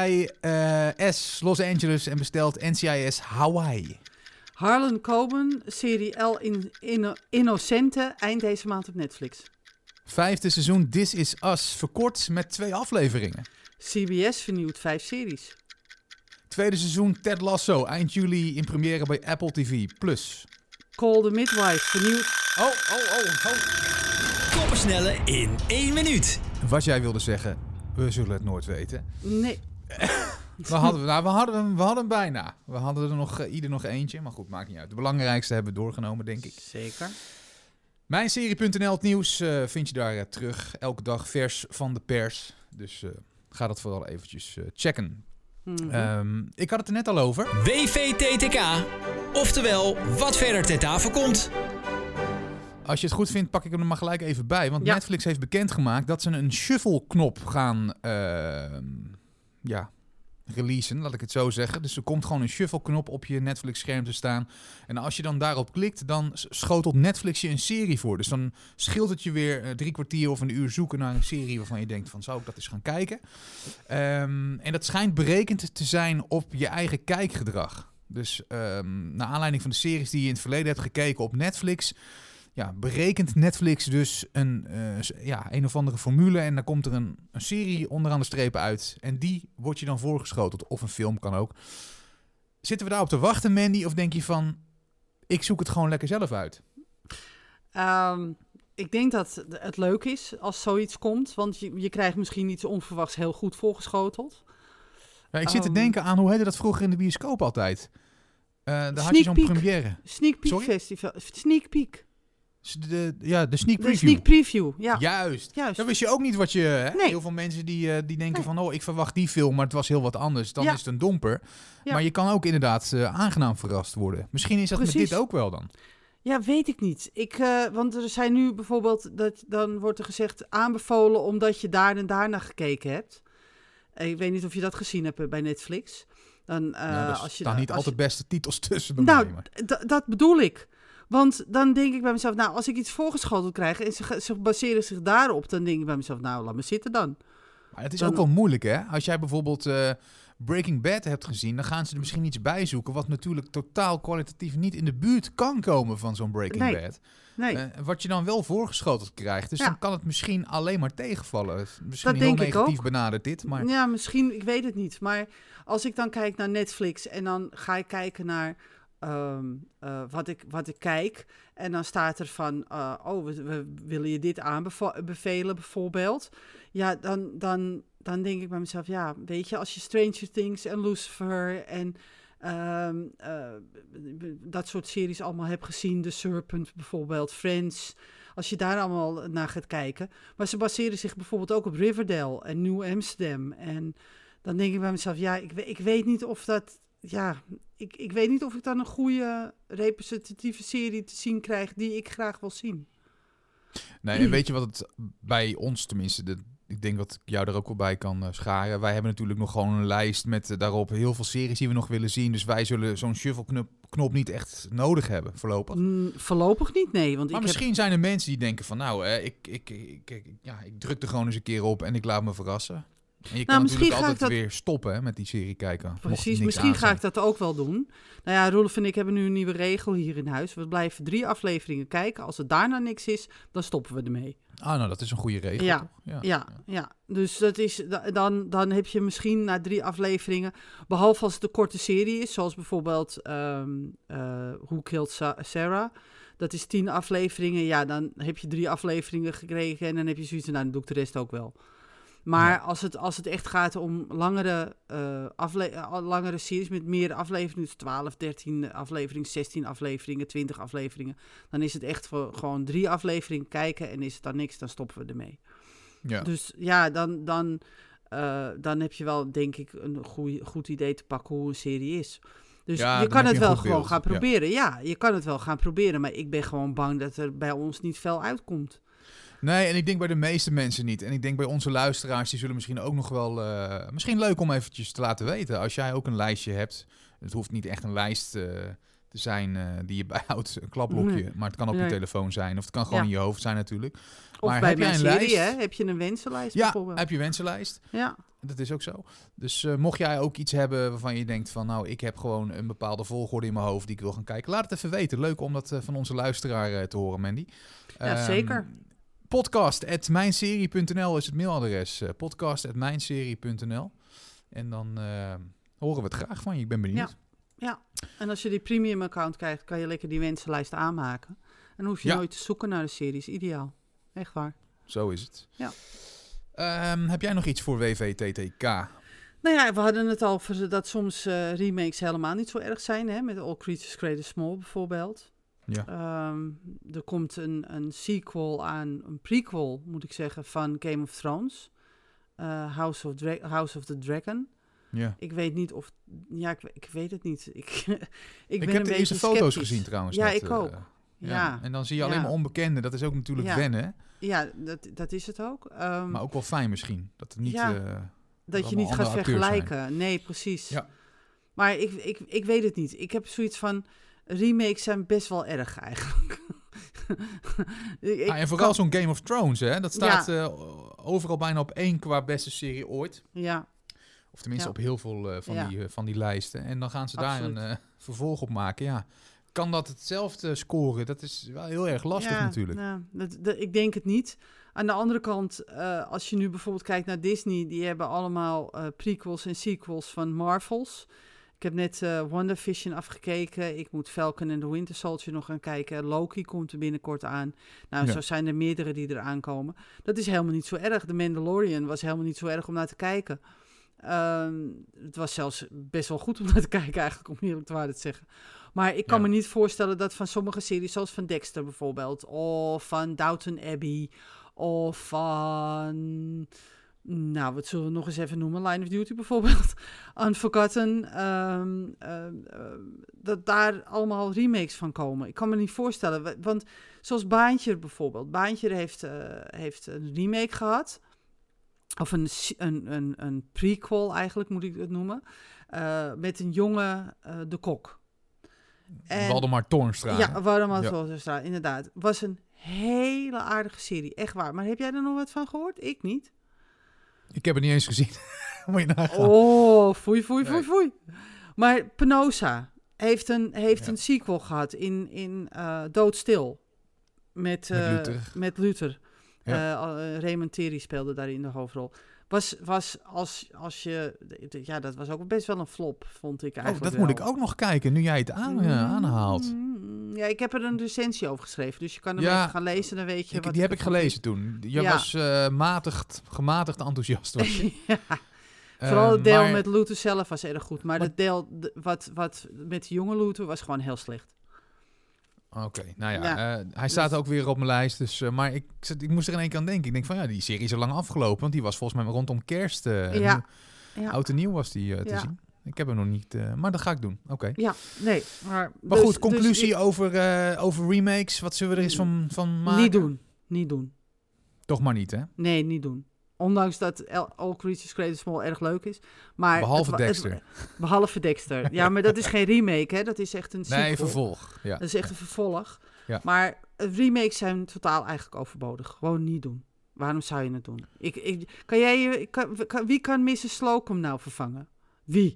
NCIS Los Angeles en bestelt NCIS Hawaii. Harlan Coben, serie El Innocente, eind deze maand op Netflix. 5e seizoen This Is Us, verkort met 2 afleveringen. CBS vernieuwt 5 series. 2e seizoen Ted Lasso, eind juli in première bij Apple TV+. Call the Midwife vernieuwd... Koppensnellen in 1 minuut. Wat jij wilde zeggen, we zullen het nooit weten. Nee. We hadden hem bijna. We hadden er nog ieder nog eentje, maar goed, maakt niet uit. De belangrijkste hebben we doorgenomen, denk ik. Zeker. Mijnserie.nl, het nieuws vind je daar terug. Elke dag vers van de pers. Dus ga dat vooral eventjes checken. Mm-hmm. Ik had het er net al over. WVTTK, oftewel wat verder ter tafel komt. Als je het goed vindt, pak ik hem er maar gelijk even bij. Want Netflix heeft bekendgemaakt dat ze een shuffle-knop gaan releasen, laat ik het zo zeggen. Dus er komt gewoon een shuffle-knop op je Netflix-scherm te staan. En als je dan daarop klikt, dan schotelt Netflix je een serie voor. Dus dan scheelt het je weer 3 kwartier of een uur zoeken naar een serie waarvan je denkt van, zou ik dat eens gaan kijken? En dat schijnt berekend te zijn op je eigen kijkgedrag. Dus naar aanleiding van de series die je in het verleden hebt gekeken op Netflix, berekent Netflix dus een of andere formule en dan komt er een serie onderaan de streep uit. En die wordt je dan voorgeschoteld. Of een film kan ook. Zitten we daarop te wachten, Mandy? Of denk je van, ik zoek het gewoon lekker zelf uit? Ik denk dat het leuk is als zoiets komt. Want je krijgt misschien iets onverwachts heel goed voorgeschoteld. Ja, ik zit te denken aan, hoe heette dat vroeger in de bioscoop altijd? Daar had je zo'n première. Sneak Peek Festival. Sneak Peek. De sneak preview. De sneak preview, ja. Juist. Dan wist je ook niet wat je... Nee. Heel veel mensen die denken van, ik verwacht die film, maar het was heel wat anders. Dan is het een domper. Ja. Maar je kan ook inderdaad aangenaam verrast worden. Misschien is dat met dit ook wel dan. Ja, weet ik niet. Want er zijn nu bijvoorbeeld, dan wordt er gezegd aanbevolen omdat je daar en daarna gekeken hebt. Ik weet niet of je dat gezien hebt bij Netflix. Er staan niet altijd beste titels tussen bij mij. Dat bedoel ik. Want dan denk ik bij mezelf, als ik iets voorgeschoteld krijg en ze baseren zich daarop, dan denk ik bij mezelf, laat me zitten dan. Maar het is ook wel moeilijk, hè? Als jij bijvoorbeeld Breaking Bad hebt gezien, dan gaan ze er misschien iets bij zoeken wat natuurlijk totaal kwalitatief niet in de buurt kan komen van zo'n Breaking Bad. Nee. Wat je dan wel voorgeschoteld krijgt. Dus dan kan het misschien alleen maar tegenvallen. Misschien dat heel negatief benaderd dit. Maar... Ja, misschien, ik weet het niet. Maar als ik dan kijk naar Netflix en dan ga ik kijken naar wat ik kijk. En dan staat er van, we willen je dit aanbevelen bijvoorbeeld. Ja, dan denk ik bij mezelf, weet je, als je Stranger Things en Lucifer en dat soort series allemaal hebt gezien, The Serpent bijvoorbeeld, Friends, als je daar allemaal naar gaat kijken. Maar ze baseren zich bijvoorbeeld ook op Riverdale en New Amsterdam. En dan denk ik bij mezelf, ik weet niet of dat... Ik weet niet of ik dan een goede representatieve serie te zien krijg die ik graag wil zien. Nee, en weet je wat het bij ons tenminste... Ik denk dat ik jou er ook wel bij kan scharen. Wij hebben natuurlijk nog gewoon een lijst met daarop heel veel series die we nog willen zien. Dus wij zullen zo'n shuffle-knop niet echt nodig hebben, voorlopig. Voorlopig niet, nee. Want maar misschien zijn er mensen die denken van, ik druk er gewoon eens een keer op en ik laat me verrassen. En je kan natuurlijk altijd weer stoppen met die serie kijken. Precies, misschien ga ik dat ook wel doen. Nou ja, Roelof en ik hebben nu een nieuwe regel hier in huis. We blijven 3 afleveringen kijken. Als er daarna niks is, dan stoppen we ermee. Dat is een goede regel. Ja. Dus dat is, dan heb je misschien na 3 afleveringen, behalve als het een korte serie is, zoals bijvoorbeeld Who Killed Sarah. Dat is 10 afleveringen. Ja, dan heb je 3 afleveringen gekregen en dan heb je zoiets van, dan doe ik de rest ook wel. Maar als het echt gaat om langere series met meer afleveringen, dus 12, 13 afleveringen, 16 afleveringen, 20 afleveringen, dan is het echt gewoon 3 afleveringen kijken en is het dan niks, dan stoppen we ermee. Ja. Dus dan heb je wel, denk ik, een goed idee te pakken hoe een serie is. Dus je kan het wel gewoon gaan proberen. Ja, je kan het wel gaan proberen, maar ik ben gewoon bang dat er bij ons niet veel uitkomt. Nee, en ik denk bij de meeste mensen niet. En ik denk bij onze luisteraars, die zullen misschien ook nog wel... misschien leuk om eventjes te laten weten. Als jij ook een lijstje hebt. Het hoeft niet echt een lijst te zijn die je bijhoudt. Een klapblokje. Maar het kan op je telefoon zijn. Of het kan gewoon in je hoofd zijn natuurlijk. Of maar bij heb mijn jij een serie, lijst? Hè? Heb je een wensenlijst bijvoorbeeld? Ja, heb je een wensenlijst. Ja. Dat is ook zo. Dus mocht jij ook iets hebben waarvan je denkt van... ik heb gewoon een bepaalde volgorde in mijn hoofd die ik wil gaan kijken. Laat het even weten. Leuk om dat van onze luisteraar te horen, Mandy. Ja, zeker. Podcast@mijnserie.nl is het mailadres. Podcast@mijnserie.nl. En dan horen we het graag van je. Ik ben benieuwd. Ja, en als je die premium account krijgt, kan je lekker die wensenlijst aanmaken. En dan hoef je nooit te zoeken naar de series. Ideaal. Echt waar. Zo is het. Ja. Heb jij nog iets voor WVTTK? Nou ja, we hadden het al over dat soms remakes helemaal niet zo erg zijn. Hè? Met All Creatures Great and Small bijvoorbeeld. Ja. Er komt een sequel aan, een prequel moet ik zeggen, van Game of Thrones. House of the Dragon. Ja. Ik weet niet of... Ja, ik weet het niet. Ik heb de eerste foto's gezien trouwens. Ja, ik ook. Ja. En dan zie je alleen maar onbekenden. Dat is ook natuurlijk wennen. Ja, dat is het ook. Maar ook wel fijn misschien. Dat het niet dat je allemaal niet gaat andere acteurs vergelijken. Nee, precies. Ja. Maar ik weet het niet. Ik heb zoiets van, remakes zijn best wel erg eigenlijk. En vooral zo'n Game of Thrones, hè? Dat staat overal bijna op 1 qua beste serie ooit. Ja, Of tenminste Ja. op heel veel van die lijsten. En dan gaan ze Absoluut. daar een vervolg op maken. Ja, kan dat hetzelfde scoren? Dat is wel heel erg lastig natuurlijk. Ja, ik denk het niet. Aan de andere kant, als je nu bijvoorbeeld kijkt naar Disney, die hebben allemaal prequels en sequels van Marvels. Ik heb net WandaVision afgekeken. Ik moet Falcon and the Winter Soldier nog gaan kijken. Loki komt er binnenkort aan. Nou, Ja. zo zijn er meerdere die eraan komen. Dat is helemaal niet zo erg. The Mandalorian was helemaal niet zo erg om naar te kijken. Het was zelfs best wel goed om naar te kijken eigenlijk, om eerlijk te waarheid te zeggen. Maar ik kan me niet voorstellen dat van sommige series, zoals van Dexter bijvoorbeeld, of van Downton Abbey, of van, nou, wat zullen we nog eens even noemen, Line of Duty bijvoorbeeld, Unforgotten, dat daar allemaal remakes van komen. Ik kan me niet voorstellen, want zoals Baantje bijvoorbeeld. Baantje heeft een remake gehad. Of een prequel eigenlijk, moet ik het noemen. Met een jongen, de kok. Waldemar Toornstra. Ja, Waldemar Toornstra, inderdaad. Was een hele aardige serie, echt waar. Maar heb jij er nog wat van gehoord? Ik niet. Ik heb het niet eens gezien. Moet je nagaan. Oh, foei. Maar Penosa heeft een sequel gehad in Doodstil. Met Luther. Ja. Raymond Terry speelde daarin de hoofdrol. Was als je... Ja, dat was ook best wel een flop, vond ik eigenlijk. Dat moet ik ook nog kijken, nu jij het aanhaalt. Ja, ik heb er een recensie over geschreven, dus je kan hem even gaan lezen, dan weet je wat... Die heb ik gelezen toen. Je was gematigd enthousiast. Was je. Ja. Vooral het deel maar... met Luther zelf was erg goed, maar het deel wat met de jonge Luther was gewoon heel slecht. Oké, nou ja, hij staat ook weer op mijn lijst. Dus, maar ik moest er in één keer aan denken. Ik denk van die serie is al lang afgelopen. Want die was volgens mij rondom kerst. Oud en nieuw was die te zien. Ik heb hem nog niet, maar dat ga ik doen. Oké. Ja, nee. Maar goed, conclusie over remakes. Wat zullen we er eens van maken? Niet doen. Toch maar niet, hè? Nee, niet doen. Ondanks dat All Creatures Created Small erg leuk is. Maar behalve Dexter. Behalve Dexter. Ja, maar dat is geen remake, hè? Dat is echt een sequel. Nee, vervolg. Ja. Dat is echt een vervolg. Ja. Maar remakes zijn totaal eigenlijk overbodig. Gewoon niet doen. Waarom zou je het doen? Wie kan Mrs. Slocum nou vervangen? Wie?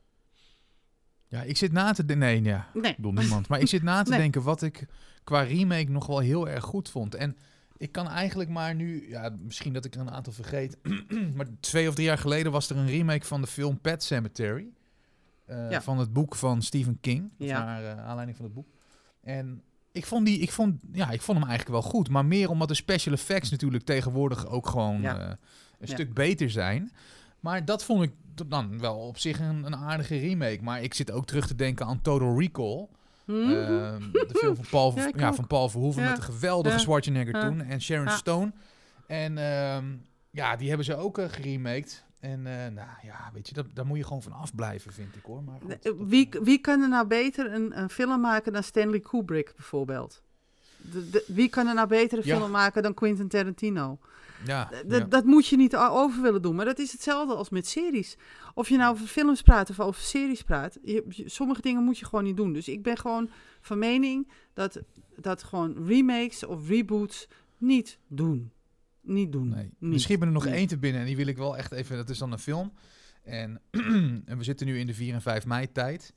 Ja, ik zit na te denken... Nee, ik bedoel niemand. Maar ik zit na te denken wat ik qua remake nog wel heel erg goed vond. En ik kan eigenlijk maar nu... Ja, misschien dat ik er een aantal vergeet. Maar 2 of 3 jaar geleden was er een remake van de film Pet Sematary. Van het boek van Stephen King. Naar aanleiding van het boek. En ik vond hem eigenlijk wel goed. Maar meer omdat de special effects natuurlijk tegenwoordig ook gewoon een stuk beter zijn. Maar dat vond ik dan wel op zich een aardige remake. Maar ik zit ook terug te denken aan Total Recall. De film van Paul Verhoeven met de geweldige Schwarzenegger toen. En Sharon Stone. En die hebben ze ook geremaked. En weet je, daar moet je gewoon van afblijven, vind ik hoor. Maar goed, wie kan er nou beter een film maken dan Stanley Kubrick bijvoorbeeld? Wie kan er nou beter een film maken dan Quentin Tarantino? Dat moet je niet over willen doen. Maar dat is hetzelfde als met series. Of je nou over films praat of over series praat. Sommige dingen moet je gewoon niet doen. Dus ik ben gewoon van mening dat gewoon remakes of reboots niet doen. Niet doen. Nee. Er schiet me er nog één te binnen. En die wil ik wel echt even... Dat is dan een film. En we zitten nu in de 4 en 5 mei tijd.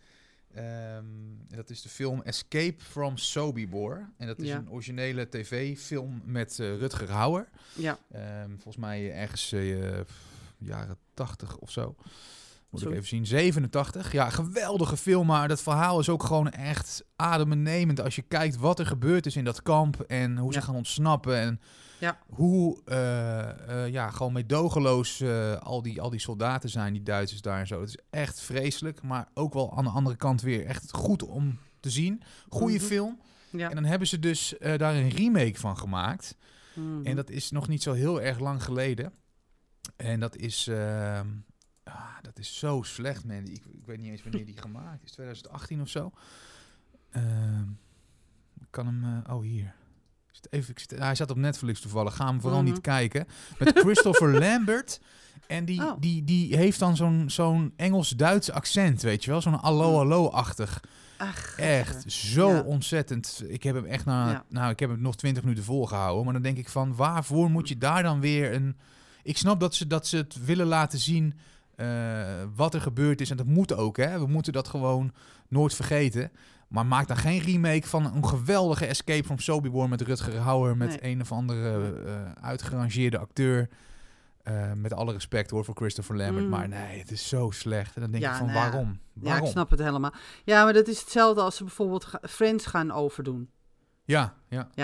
Dat is de film Escape from Sobibor. En dat is een originele tv-film met Rutger Hauer. Ja. Volgens mij ergens jaren 80 of zo. Moet ik even zien. 87. Ja, geweldige film. Maar dat verhaal is ook gewoon echt adembenemend. Als je kijkt wat er gebeurd is in dat kamp. En hoe ze gaan ontsnappen. En hoe gewoon meedogenloos al die soldaten zijn, die Duitsers daar en zo. Het is echt vreselijk, maar ook wel aan de andere kant weer echt goed om te zien. Goeie film. Ja. En dan hebben ze dus daar een remake van gemaakt. En dat is nog niet zo heel erg lang geleden. En dat is zo slecht, man. Ik weet niet eens wanneer die gemaakt is. 2018 of zo. Ik kan hem... hier. Hij zat op Netflix toevallig. Ga hem vooral niet kijken. Met Christopher Lambert En die heeft dan zo'n Engels-Duits accent, weet je wel? Zo'n allo-allo-achtig. Ach, Echt zo ontzettend. Ik heb hem echt ik heb hem nog 20 minuten volgehouden. Maar dan denk ik van, waarvoor moet je daar dan weer een... Ik snap dat ze het willen laten zien wat er gebeurd is. En dat moet ook, hè. We moeten dat gewoon nooit vergeten. Maar maak dan geen remake van een geweldige Escape from Sobibor met Rutger Hauer, met een of andere uitgerangeerde acteur. Met alle respect hoor voor Christopher Lambert. Maar nee, het is zo slecht. En dan denk ik van, waarom? Ja, ik snap het helemaal. Ja, maar dat is hetzelfde als ze bijvoorbeeld Friends gaan overdoen. Ja.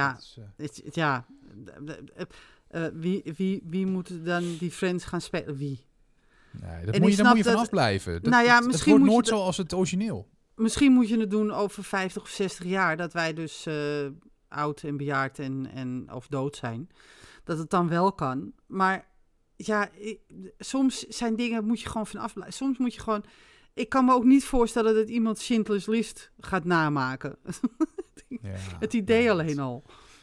Wie moet dan die Friends gaan spelen? Wie? Nee, daar moet je vanaf blijven. Het wordt nooit zoals het origineel. Misschien moet je het doen over 50 of 60 jaar. Dat wij dus oud en bejaard of dood zijn. Dat het dan wel kan. Maar ja, soms zijn dingen, moet je gewoon vanaf blijven. Soms moet je gewoon... Ik kan me ook niet voorstellen dat iemand Schindler's List gaat namaken. Het idee alleen al.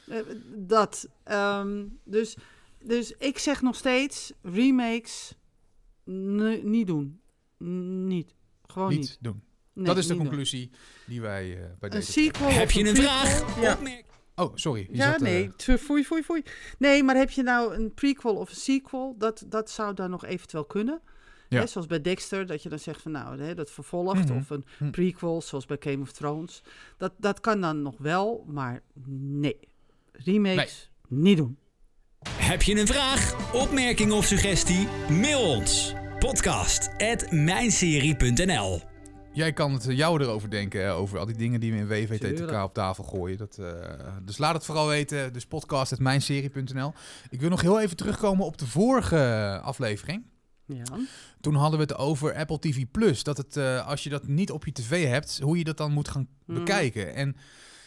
Dus ik zeg nog steeds, remakes niet doen. Gewoon niet doen. Nee, dat is de conclusie die wij bij deze... sequel. Heb je een vraag? Ja. Oh, sorry. Foei. Nee, maar heb je nou een prequel of een sequel? Dat zou dan nog eventueel kunnen. Ja. Hè, zoals bij Dexter, dat je dan zegt van dat vervolgt. Of een prequel, zoals bij Game of Thrones. Dat kan dan nog wel, maar nee. Remakes niet doen. Heb je een vraag, opmerking of suggestie? Mail ons. podcast@mijnserie.nl. Jij kan het jou erover denken, over al die dingen die we in WVTTK op tafel gooien. Dus laat het vooral weten. Dus podcast@mijnserie.nl. Ik wil nog heel even terugkomen op de vorige aflevering. Ja. Toen hadden we het over Apple TV+. Dat het, als je dat niet op je tv hebt, hoe je dat dan moet gaan bekijken. En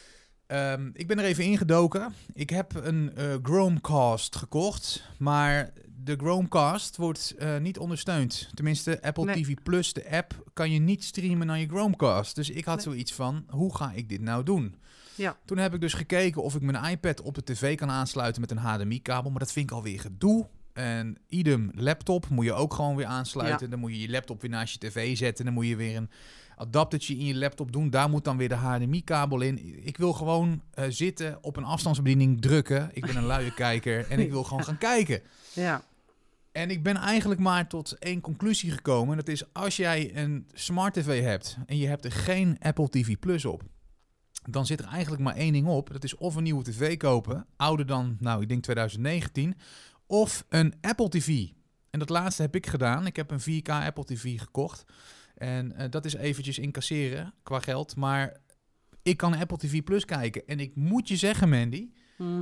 ik ben er even ingedoken. Ik heb een Chromecast gekocht, maar de Chromecast wordt niet ondersteund. Tenminste, Apple TV+, de app, kan je niet streamen naar je Chromecast. Dus ik had zoiets van, hoe ga ik dit nou doen? Ja. Toen heb ik dus gekeken of ik mijn iPad op de tv kan aansluiten met een HDMI-kabel, maar dat vind ik alweer gedoe. En idem laptop moet je ook gewoon weer aansluiten. Ja. Dan moet je je laptop weer naast je tv zetten. Dan moet je weer een adaptertje in je laptop doen. Daar moet dan weer de HDMI-kabel in. Ik wil gewoon zitten, op een afstandsbediening drukken. Ik ben een luie kijker en ik wil gewoon gaan kijken. Ja. En ik ben eigenlijk maar tot één conclusie gekomen. Dat is, als jij een smart tv hebt en je hebt er geen Apple TV Plus op, dan zit er eigenlijk maar één ding op. Dat is of een nieuwe tv kopen, ouder dan, ik denk 2019... of een Apple TV. En dat laatste heb ik gedaan. Ik heb een 4K Apple TV gekocht. En dat is eventjes incasseren qua geld. Maar ik kan Apple TV Plus kijken. En ik moet je zeggen, Mandy.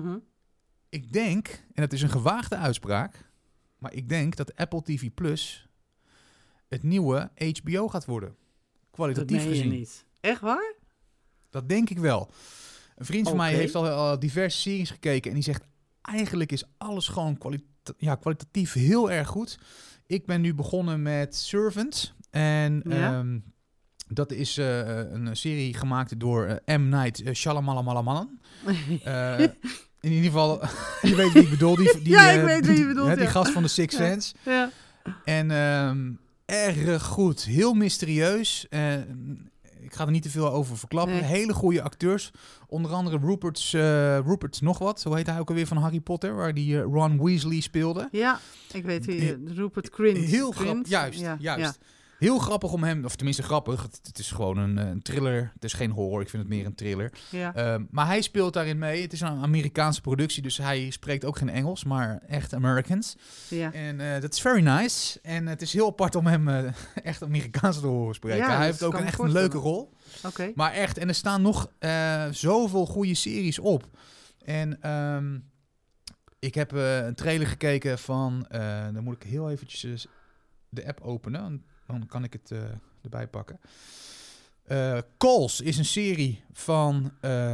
Ik denk, en het is een gewaagde uitspraak, maar ik denk dat Apple TV Plus het nieuwe HBO gaat worden. Kwalitatief gezien. Dat meen je niet. Echt waar? Dat denk ik wel. Een vriend van mij heeft al diverse series gekeken en die zegt, eigenlijk is alles gewoon kwalitatief heel erg goed. Ik ben nu begonnen met Servant. En dat is een serie gemaakt door M. Night Shyamalan. In ieder geval, je weet wie ik bedoel. Ik weet wie je bedoelt. Die gast van de Sixth Sense. Ja. En erg goed. Heel mysterieus. Ik ga er niet te veel over verklappen. Nee. Hele goede acteurs. Onder andere Rupert nog wat. Zo heet hij ook alweer van Harry Potter. Waar die Ron Weasley speelde. Ja, ik weet wie. Rupert Grint. Heel grappig. Juist. Ja. Heel grappig om hem, of tenminste grappig. Het is gewoon een thriller. Het is geen horror. Ik vind het meer een thriller. Ja. Maar hij speelt daarin mee. Het is een Amerikaanse productie. Dus hij spreekt ook geen Engels. Maar echt Americans. Ja. En dat is very nice. En het is heel apart om hem echt Amerikaans te horen spreken. Ja, hij heeft ook echt een leuke rol. Okay. Maar echt, en er staan nog zoveel goede series op. En ik heb een trailer gekeken van, dan moet ik heel eventjes de app openen. Dan kan ik het erbij pakken. Calls is een serie van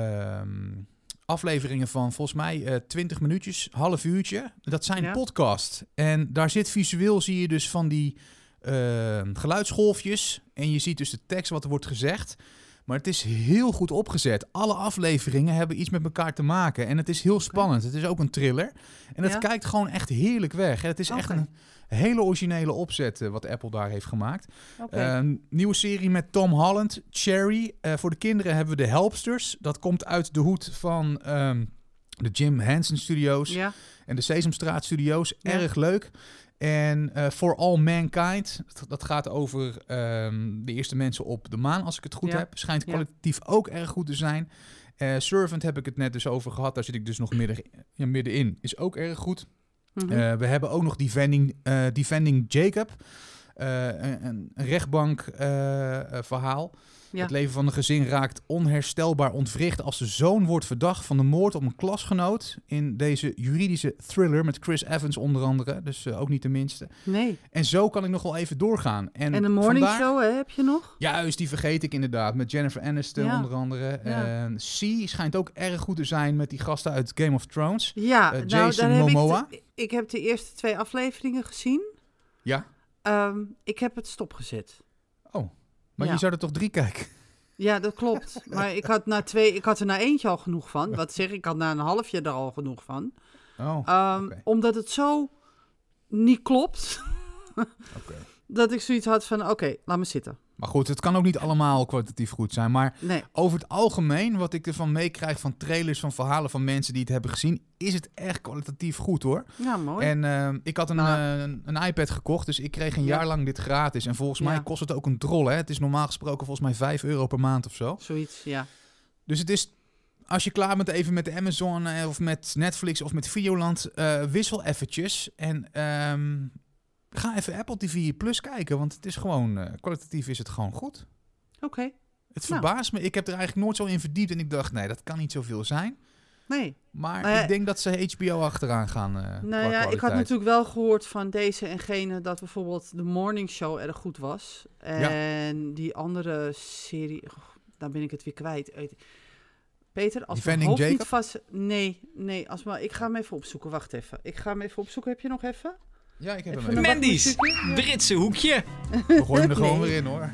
afleveringen van volgens mij 20 minuutjes, half uurtje. Dat zijn podcasts. En daar zit visueel, zie je dus van die geluidsgolfjes. En je ziet dus de tekst wat er wordt gezegd. Maar het is heel goed opgezet. Alle afleveringen hebben iets met elkaar te maken. En het is heel spannend. Het is ook een thriller. En het kijkt gewoon echt heerlijk weg. En het is echt een hele originele opzet wat Apple daar heeft gemaakt. Nieuwe serie met Tom Holland, Cherry. Voor de kinderen hebben we de Helpsters. Dat komt uit de hoed van de Jim Henson Studios en de Sesamstraat Studios. Erg leuk. En For All Mankind, dat gaat over de eerste mensen op de maan, als ik het goed heb. Schijnt kwalitatief ook erg goed te zijn. Servant heb ik het net dus over gehad. Daar zit ik dus nog middenin. Is ook erg goed. Mm-hmm. We hebben ook nog Defending Jacob. Een rechtbank verhaal. Ja. Het leven van een gezin raakt onherstelbaar ontwricht als de zoon wordt verdacht van de moord op een klasgenoot in deze juridische thriller met Chris Evans onder andere. Dus ook niet de minste. Nee. En zo kan ik nog wel even doorgaan. En de morning show heb je nog? Juist, die vergeet ik inderdaad. Met Jennifer Aniston onder andere. Ja. C schijnt ook erg goed te zijn met die gasten uit Game of Thrones. Ja, Jason Momoa. Ik heb de eerste 2 afleveringen gezien. Ja. Ik heb het stopgezet. Oh. Maar je zou er toch 3 kijken? Ja, dat klopt. Maar ik had er na eentje al genoeg van. Wat zeg ik, had na een halfje er al genoeg van. Omdat het zo niet klopt. Dat ik zoiets had van, oké, laat me zitten. Maar goed, het kan ook niet allemaal kwalitatief goed zijn. Maar over het algemeen, wat ik ervan meekrijg van trailers, van verhalen van mensen die het hebben gezien, is het echt kwalitatief goed hoor. Ja, mooi. En ik had een iPad gekocht, dus ik kreeg een jaar lang dit gratis. En volgens mij kost het ook een drol. Hè? Het is normaal gesproken volgens mij €5 per maand of zo. Zoiets, ja. Dus het is, als je klaar bent even met de Amazon of met Netflix of met Videoland, wissel eventjes. En ga even Apple TV Plus kijken, want het is gewoon, kwalitatief is het gewoon goed. Oké. Het verbaast me. Ik heb er eigenlijk nooit zo in verdiept en ik dacht, nee, dat kan niet zoveel zijn. Nee. Maar ik denk dat ze HBO achteraan gaan. Ik had natuurlijk wel gehoord van deze en gene dat bijvoorbeeld de Morning Show erg goed was. En die andere serie, dan ben ik het weer kwijt. Peter, als mijn hoofd niet vast... Nee, ik ga hem even opzoeken. Wacht even. Ik ga hem even opzoeken. Heb je nog even? Ja, ik heb hem even. Mandy's Britse hoekje. We gooien hem er gewoon weer in, hoor.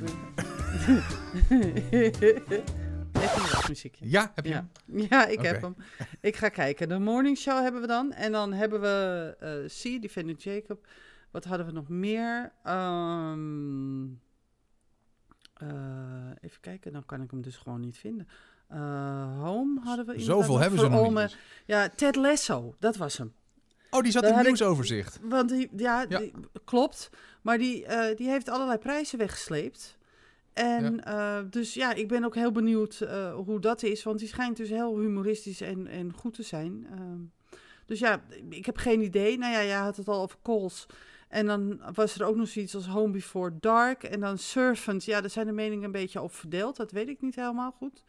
Even een wachtmuziekje. Ja, heb je hem? Ja, ik heb hem. Ik ga kijken. De Morning Show hebben we dan. En dan hebben we C, Defending Jacob. Wat hadden we nog meer? Even kijken, dan kan ik hem dus gewoon niet vinden. Home hadden we. Zoveel hebben ze nog niet. Ja, Ted Lasso, dat was hem. Oh, die zat in het nieuwsoverzicht. Want die klopt. Maar die heeft allerlei prijzen weggesleept. En dus ja, ik ben ook heel benieuwd hoe dat is. Want die schijnt dus heel humoristisch en goed te zijn. Dus ja, ik heb geen idee. Nou ja, jij had het al over Calls. En dan was er ook nog zoiets als Home Before Dark. En dan Servant. Ja, daar zijn de meningen een beetje op verdeeld. Dat weet ik niet helemaal goed.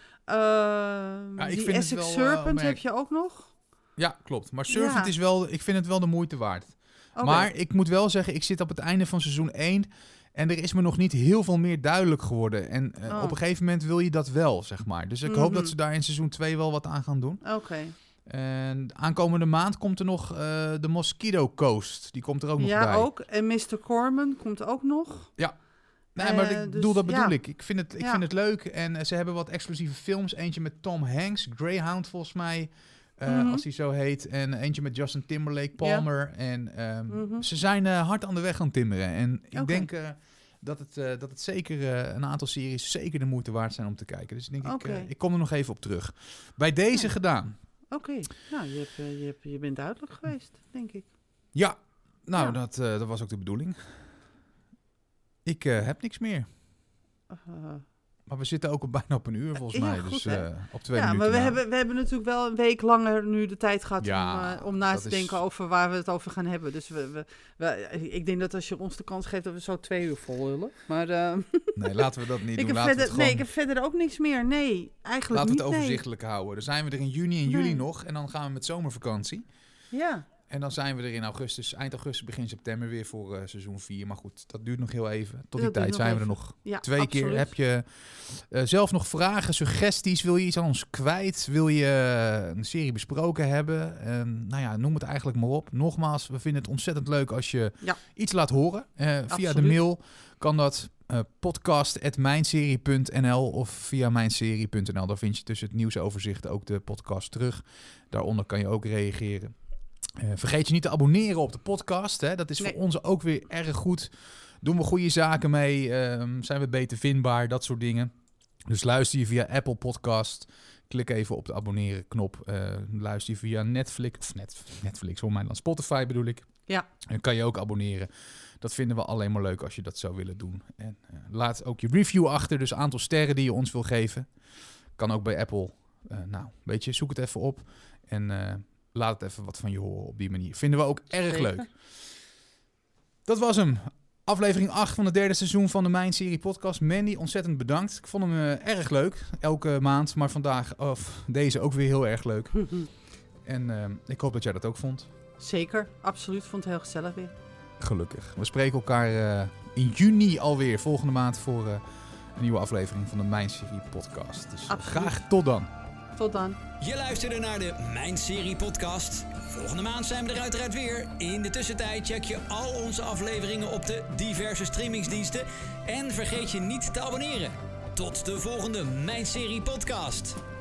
Die Essex Serpent heb je ook nog. Ja, klopt. Maar Servant is wel, ik vind het wel de moeite waard. Okay. Maar ik moet wel zeggen, ik zit op het einde van seizoen 1 en er is me nog niet heel veel meer duidelijk geworden. En op een gegeven moment wil je dat wel, zeg maar. Dus ik hoop dat ze daar in seizoen 2 wel wat aan gaan doen. Oké. En aankomende maand komt er nog de Mosquito Coast. Die komt er ook nog bij. Ja, ook. En Mr. Corman komt ook nog. Ja. Nee, maar dat bedoel ik. Ik vind het leuk. En ze hebben wat exclusieve films. Eentje met Tom Hanks, Greyhound volgens mij. Als hij zo heet. En eentje met Justin Timberlake, Palmer. Ja. En ze zijn hard aan de weg gaan timmeren. En ik denk dat het zeker een aantal series zeker de moeite waard zijn om te kijken. Dus ik denk, ik kom er nog even op terug. Bij deze gedaan. Oké. Nou, je bent duidelijk geweest, denk ik. Ja, nou, dat was ook de bedoeling. Ik heb niks meer. Maar we zitten ook bijna op een uur volgens mij. Goed, dus op 2 minuten. Ja, maar we hebben natuurlijk wel een week langer nu de tijd gehad om na te denken over waar we het over gaan hebben. Dus ik denk dat als je ons de kans geeft dat we zo 2 uur vol hullen. Maar, nee, laten we dat niet doen. Ik heb verder ook niks meer. Nee, eigenlijk laten niet. Laten we het overzichtelijk houden. Dan zijn we er in juni en juli nog. En dan gaan we met zomervakantie. Ja. En dan zijn we er in augustus, eind augustus, begin september weer voor seizoen 4. Maar goed, dat duurt nog heel even. Tot die tijd zijn we er nog 2 keer. Heb je zelf nog vragen, suggesties? Wil je iets aan ons kwijt? Wil je een serie besproken hebben? Nou ja, noem het eigenlijk maar op. Nogmaals, we vinden het ontzettend leuk als je iets laat horen. Via de mail kan dat. podcast@mijnserie.nl of via mijnserie.nl. Daar vind je tussen het nieuwsoverzicht ook de podcast terug. Daaronder kan je ook reageren. Vergeet je niet te abonneren op de podcast. Hè? Dat is voor ons ook weer erg goed. Doen we goede zaken mee? Zijn we beter vindbaar? Dat soort dingen. Dus luister je via Apple Podcast. Klik even op de abonneren knop. Luister je via Netflix, hoor mij dan. Spotify bedoel ik. Ja. Dan kan je ook abonneren. Dat vinden we alleen maar leuk als je dat zou willen doen. En laat ook je review achter. Dus aantal sterren die je ons wil geven. Kan ook bij Apple. Zoek het even op. En laat het even wat van je horen op die manier. Vinden we ook erg leuk. Dat was hem. Aflevering 8 van het 3e seizoen van de Mijn Serie podcast. Mandy, ontzettend bedankt. Ik vond hem erg leuk. Elke maand. Maar deze ook weer heel erg leuk. En ik hoop dat jij dat ook vond. Zeker, absoluut. Vond het heel gezellig weer. Gelukkig. We spreken elkaar in juni alweer. Volgende maand voor een nieuwe aflevering van de Mijn Serie podcast. Dus graag tot dan. Tot dan. Je luisterde naar de Mijn Serie podcast. Volgende maand zijn we er uiteraard weer. In de tussentijd check je al onze afleveringen op de diverse streamingsdiensten. En vergeet je niet te abonneren. Tot de volgende Mijn Serie podcast.